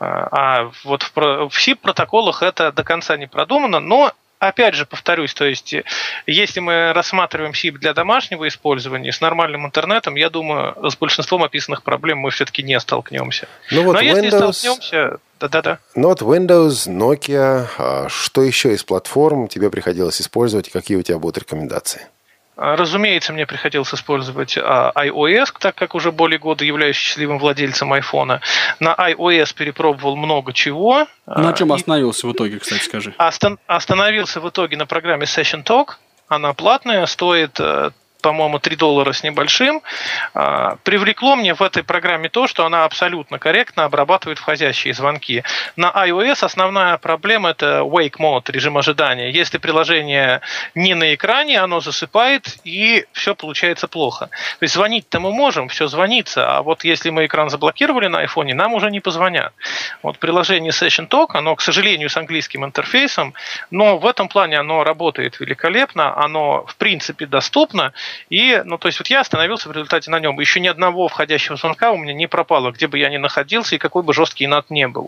а вот в, в сип-протоколах это до конца не продумано, но опять же, повторюсь, то есть, если мы рассматриваем сип для домашнего использования с нормальным интернетом, я думаю, с большинством описанных проблем мы все-таки не столкнемся. Ну, вот Но Windows... если столкнемся... Да-да-да. Ну вот Windows, Nokia, что еще из платформ тебе приходилось использовать и какие у тебя будут рекомендации? Разумеется, мне приходилось использовать iOS, так как уже более года являюсь счастливым владельцем айфона. На iOS перепробовал много чего. На чем остановился в итоге, кстати, скажи? Остан- остановился в итоге на программе Session Talk. Она платная, стоит, по-моему, три доллара с небольшим. Привлекло мне в этой программе то, что она абсолютно корректно обрабатывает входящие звонки. На iOS основная проблема – это wake mode, режим ожидания. Если приложение не на экране, оно засыпает, и все получается плохо. То есть звонить-то мы можем, все звонится, а вот если мы экран заблокировали на айфоне, нам уже не позвонят. Вот приложение Session Talk, оно, к сожалению, с английским интерфейсом, но в этом плане оно работает великолепно, оно, в принципе, доступно. И, ну, то есть, вот я остановился в результате на нем. Еще ни одного входящего звонка у меня не пропало, где бы я ни находился и какой бы жесткий инат не был.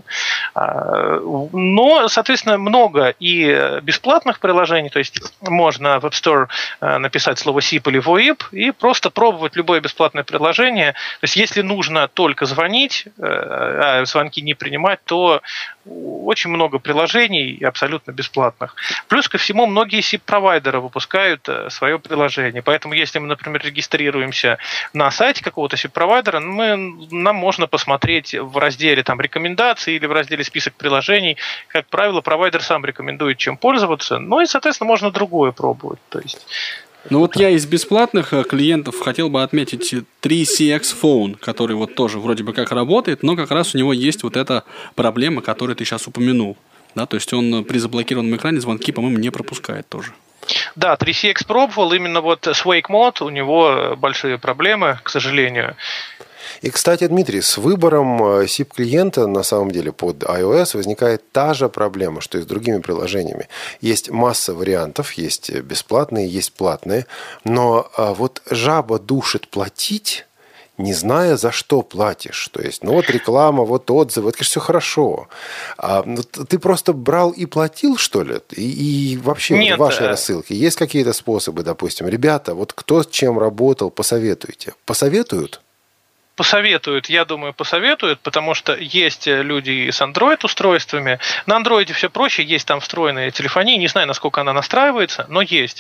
Но, соответственно, много и бесплатных приложений, то есть можно в App Store написать слово сип или воип и просто пробовать любое бесплатное приложение. То есть, если нужно только звонить, а звонки не принимать, то очень много приложений абсолютно бесплатных. Плюс ко всему, многие сип-провайдеры выпускают свое приложение. Поэтому, если мы, например, регистрируемся на сайте какого-то сип-провайдера, мы, нам можно посмотреть в разделе там, рекомендации или в разделе список приложений. Как правило, провайдер сам рекомендует, чем пользоваться. Ну и, соответственно, можно другое пробовать. То есть... Ну вот я из бесплатных клиентов хотел бы отметить три си экс Phone, который вот тоже вроде бы как работает, но как раз у него есть вот эта проблема, которую ты сейчас упомянул. Да, то есть он при заблокированном экране звонки, по-моему, не пропускает тоже. Да, три си экс пробовал, именно вот с Wake Mode у него большие проблемы, к сожалению. И, кстати, Дмитрий, с выбором сип-клиента на самом деле под iOS возникает та же проблема, что и с другими приложениями. Есть масса вариантов, есть бесплатные, есть платные, но вот жаба душит платить не зная, за что платишь. То есть, ну вот реклама, вот отзывы, это, конечно, все хорошо. А ты просто брал и платил, что ли? И, и вообще Нет, в вашей а... рассылке есть какие-то способы, допустим, ребята, вот кто с чем работал, посоветуйте. Посоветуют? Посоветуют, я думаю, посоветуют, потому что есть люди с Android-устройствами. На Android все проще, есть там встроенная телефония, не знаю, насколько она настраивается, но есть.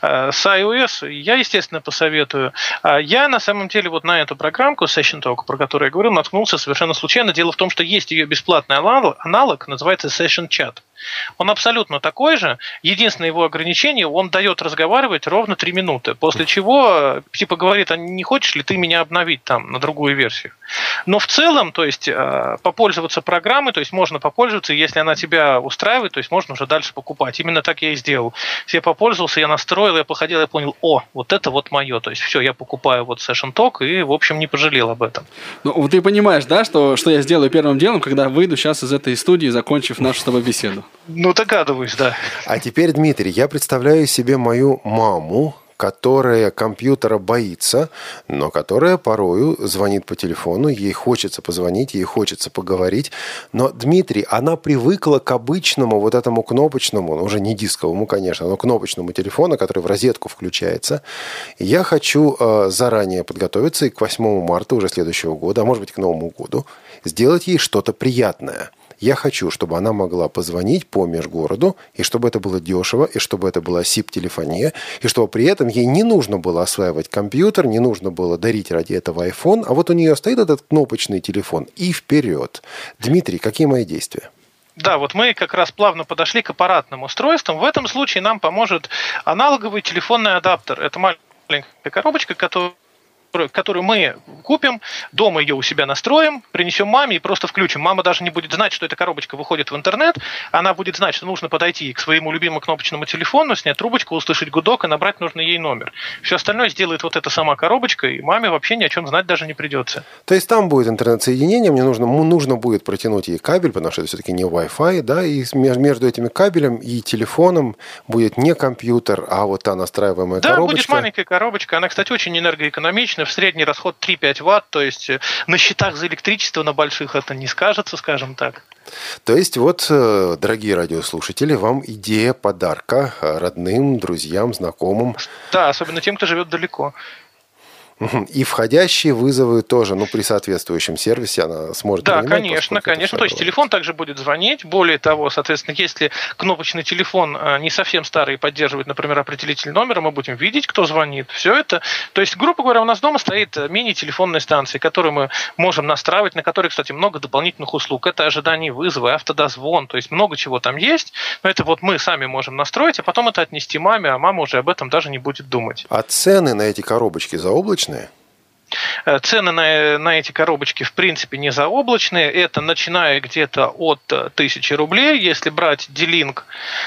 С iOS я, естественно, посоветую. Я, на самом деле, вот на эту программку Session Talk, про которую я говорил, наткнулся совершенно случайно. Дело в том, что есть ее бесплатный аналог, называется Session Chat. Он абсолютно такой же. Единственное его ограничение, он дает разговаривать ровно три минуты. После чего, типа, говорит, а не хочешь ли ты меня обновить там на другую версию? Но в целом, то есть, попользоваться программой, то есть, можно попользоваться, если она тебя устраивает, то есть, можно уже дальше покупать. Именно так я и сделал. Я попользовался, я настроил, я походил, я понял, о, вот это вот мое. То есть, все, я покупаю вот Session Talk и, в общем, не пожалел об этом. Ну, ты понимаешь, да, что, что я сделаю первым делом, когда выйду сейчас из этой студии, закончив нашу с тобой беседу? Ну, догадываюсь, да. А теперь, Дмитрий, я представляю себе мою маму, которая компьютера боится, но которая порою звонит по телефону, ей хочется позвонить, ей хочется поговорить. Но, Дмитрий, она привыкла к обычному вот этому кнопочному, ну, уже не дисковому, конечно, но кнопочному телефону, который в розетку включается. И я хочу э, заранее подготовиться и к восьмому марта уже следующего года, а может быть к Новому году, сделать ей что-то приятное. Я хочу, чтобы она могла позвонить по межгороду, и чтобы это было дешево, и чтобы это была сип-телефония, и чтобы при этом ей не нужно было осваивать компьютер, не нужно было дарить ради этого iPhone, а вот у нее стоит этот кнопочный телефон, и вперед. Дмитрий, какие мои действия? Да, вот мы как раз плавно подошли к аппаратным устройствам. В этом случае нам поможет аналоговый телефонный адаптер. Это маленькая коробочка, которая которую мы купим, дома ее у себя настроим, принесем маме и просто включим. Мама даже не будет знать, что эта коробочка выходит в интернет. Она будет знать, что нужно подойти к своему любимому кнопочному телефону, снять трубочку, услышать гудок и набрать нужный ей номер. Все остальное сделает вот эта сама коробочка, и маме вообще ни о чем знать даже не придется. То есть там будет интернет-соединение, мне нужно, нужно будет протянуть ей кабель, потому что это все-таки не Wi-Fi, да, и между этим кабелем и телефоном будет не компьютер, а вот та настраиваемая да, коробочка. Да, будет маленькая коробочка. Она, кстати, очень энергоэкономичная. В средний расход три-пять ватт, то есть на счетах за электричество на больших это не скажется, скажем так. То есть вот, дорогие радиослушатели, вам идея подарка родным, друзьям, знакомым. Да, особенно тем, кто живет далеко. И входящие вызовы тоже, ну, при соответствующем сервисе она сможет да, принимать. Да, конечно, конечно. То есть телефон также будет звонить. Более того, соответственно, если кнопочный телефон не совсем старый и поддерживает, например, определитель номера, мы будем видеть, кто звонит. Все это. То есть, грубо говоря, у нас дома стоит мини-телефонная станция, которую мы можем настраивать, на которой, кстати, много дополнительных услуг. Это ожидание вызова, автодозвон, то есть много чего там есть. Но это вот мы сами можем настроить, а потом это отнести маме, а мама уже об этом даже не будет думать. А цены на эти коробочки заоблачные? Цены на, на эти коробочки в принципе не заоблачные. Это начиная где-то от тысячи рублей, если брать D-Link.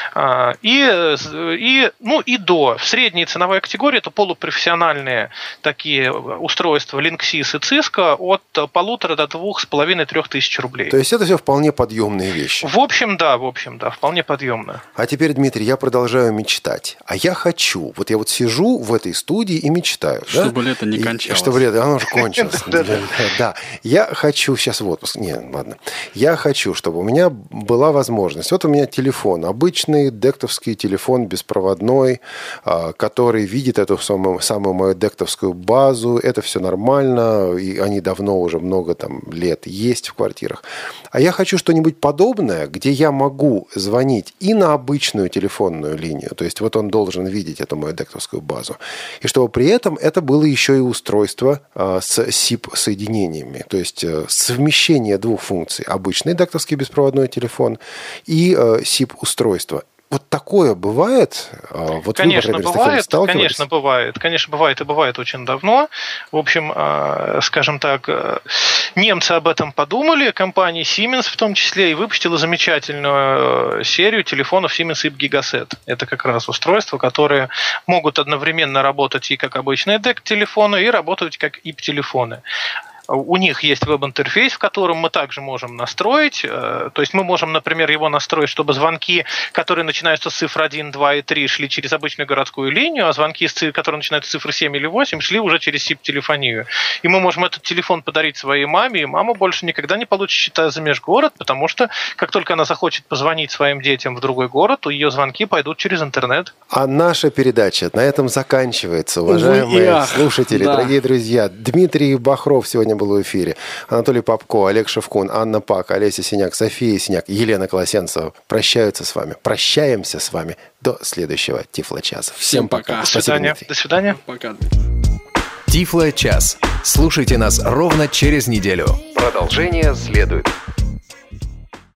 И, и, ну, и до. В средней ценовой категории это полупрофессиональные такие устройства Linksys и Cisco от полутора до двух с половиной трех тысяч рублей. То есть это все вполне подъемные вещи. В общем, да, в общем, да, вполне подъемно. А теперь, Дмитрий, я продолжаю мечтать. А я хочу. Вот я вот сижу в этой студии и мечтаю. Чтобы да? лето не кончалось. Чтобы лето, оно уже кончилось. Да, я хочу сейчас в отпуск. Нет, ладно. Я хочу, чтобы у меня была возможность. Вот у меня телефон, обычный дектовский телефон беспроводной, который видит эту самую, самую мою дектовскую базу. Это все нормально, и они давно уже много там лет есть в квартирах. А я хочу что-нибудь подобное, где я могу звонить и на обычную телефонную линию. То есть вот он должен видеть эту мою дектовскую базу. И чтобы при этом это было еще и устройство с сип-соединениями, то есть совмещение двух функций. Обычный дектовский беспроводной телефон и сип-устройство. Вот такое бывает? Вот конечно, вы, например, бывает, конечно, бывает. Конечно, бывает и бывает очень давно. В общем, скажем так, немцы об этом подумали, компания Siemens в том числе, и выпустила замечательную серию телефонов Siemens ай пи Gigaset. Это как раз устройства, которые могут одновременно работать и как обычные дек-телефоны, и работать как ай пи-телефоны. у них есть веб-интерфейс, в котором мы также можем настроить. То есть мы можем, например, его настроить, чтобы звонки, которые начинаются с цифр один, два и три, шли через обычную городскую линию, а звонки, которые начинаются с цифры семь или восемь, шли уже через сип-телефонию. И мы можем этот телефон подарить своей маме, и мама больше никогда не получит счета за межгород, потому что как только она захочет позвонить своим детям в другой город, то ее звонки пойдут через интернет. А наша передача на этом заканчивается, уважаемые Ах, слушатели, да. дорогие друзья. Дмитрий Бахров сегодня был в эфире, Анатолий Попко, Олег Шевкун, Анна Пак, Олеся Синяк, София Синяк, Елена Колосенцева прощаются с вами. Прощаемся с вами до следующего Тифло-часа. Всем пока. До Спасибо, свидания. Дмитрий. До свидания. Пока. Тифло-час. Слушайте нас ровно через неделю. Продолжение следует.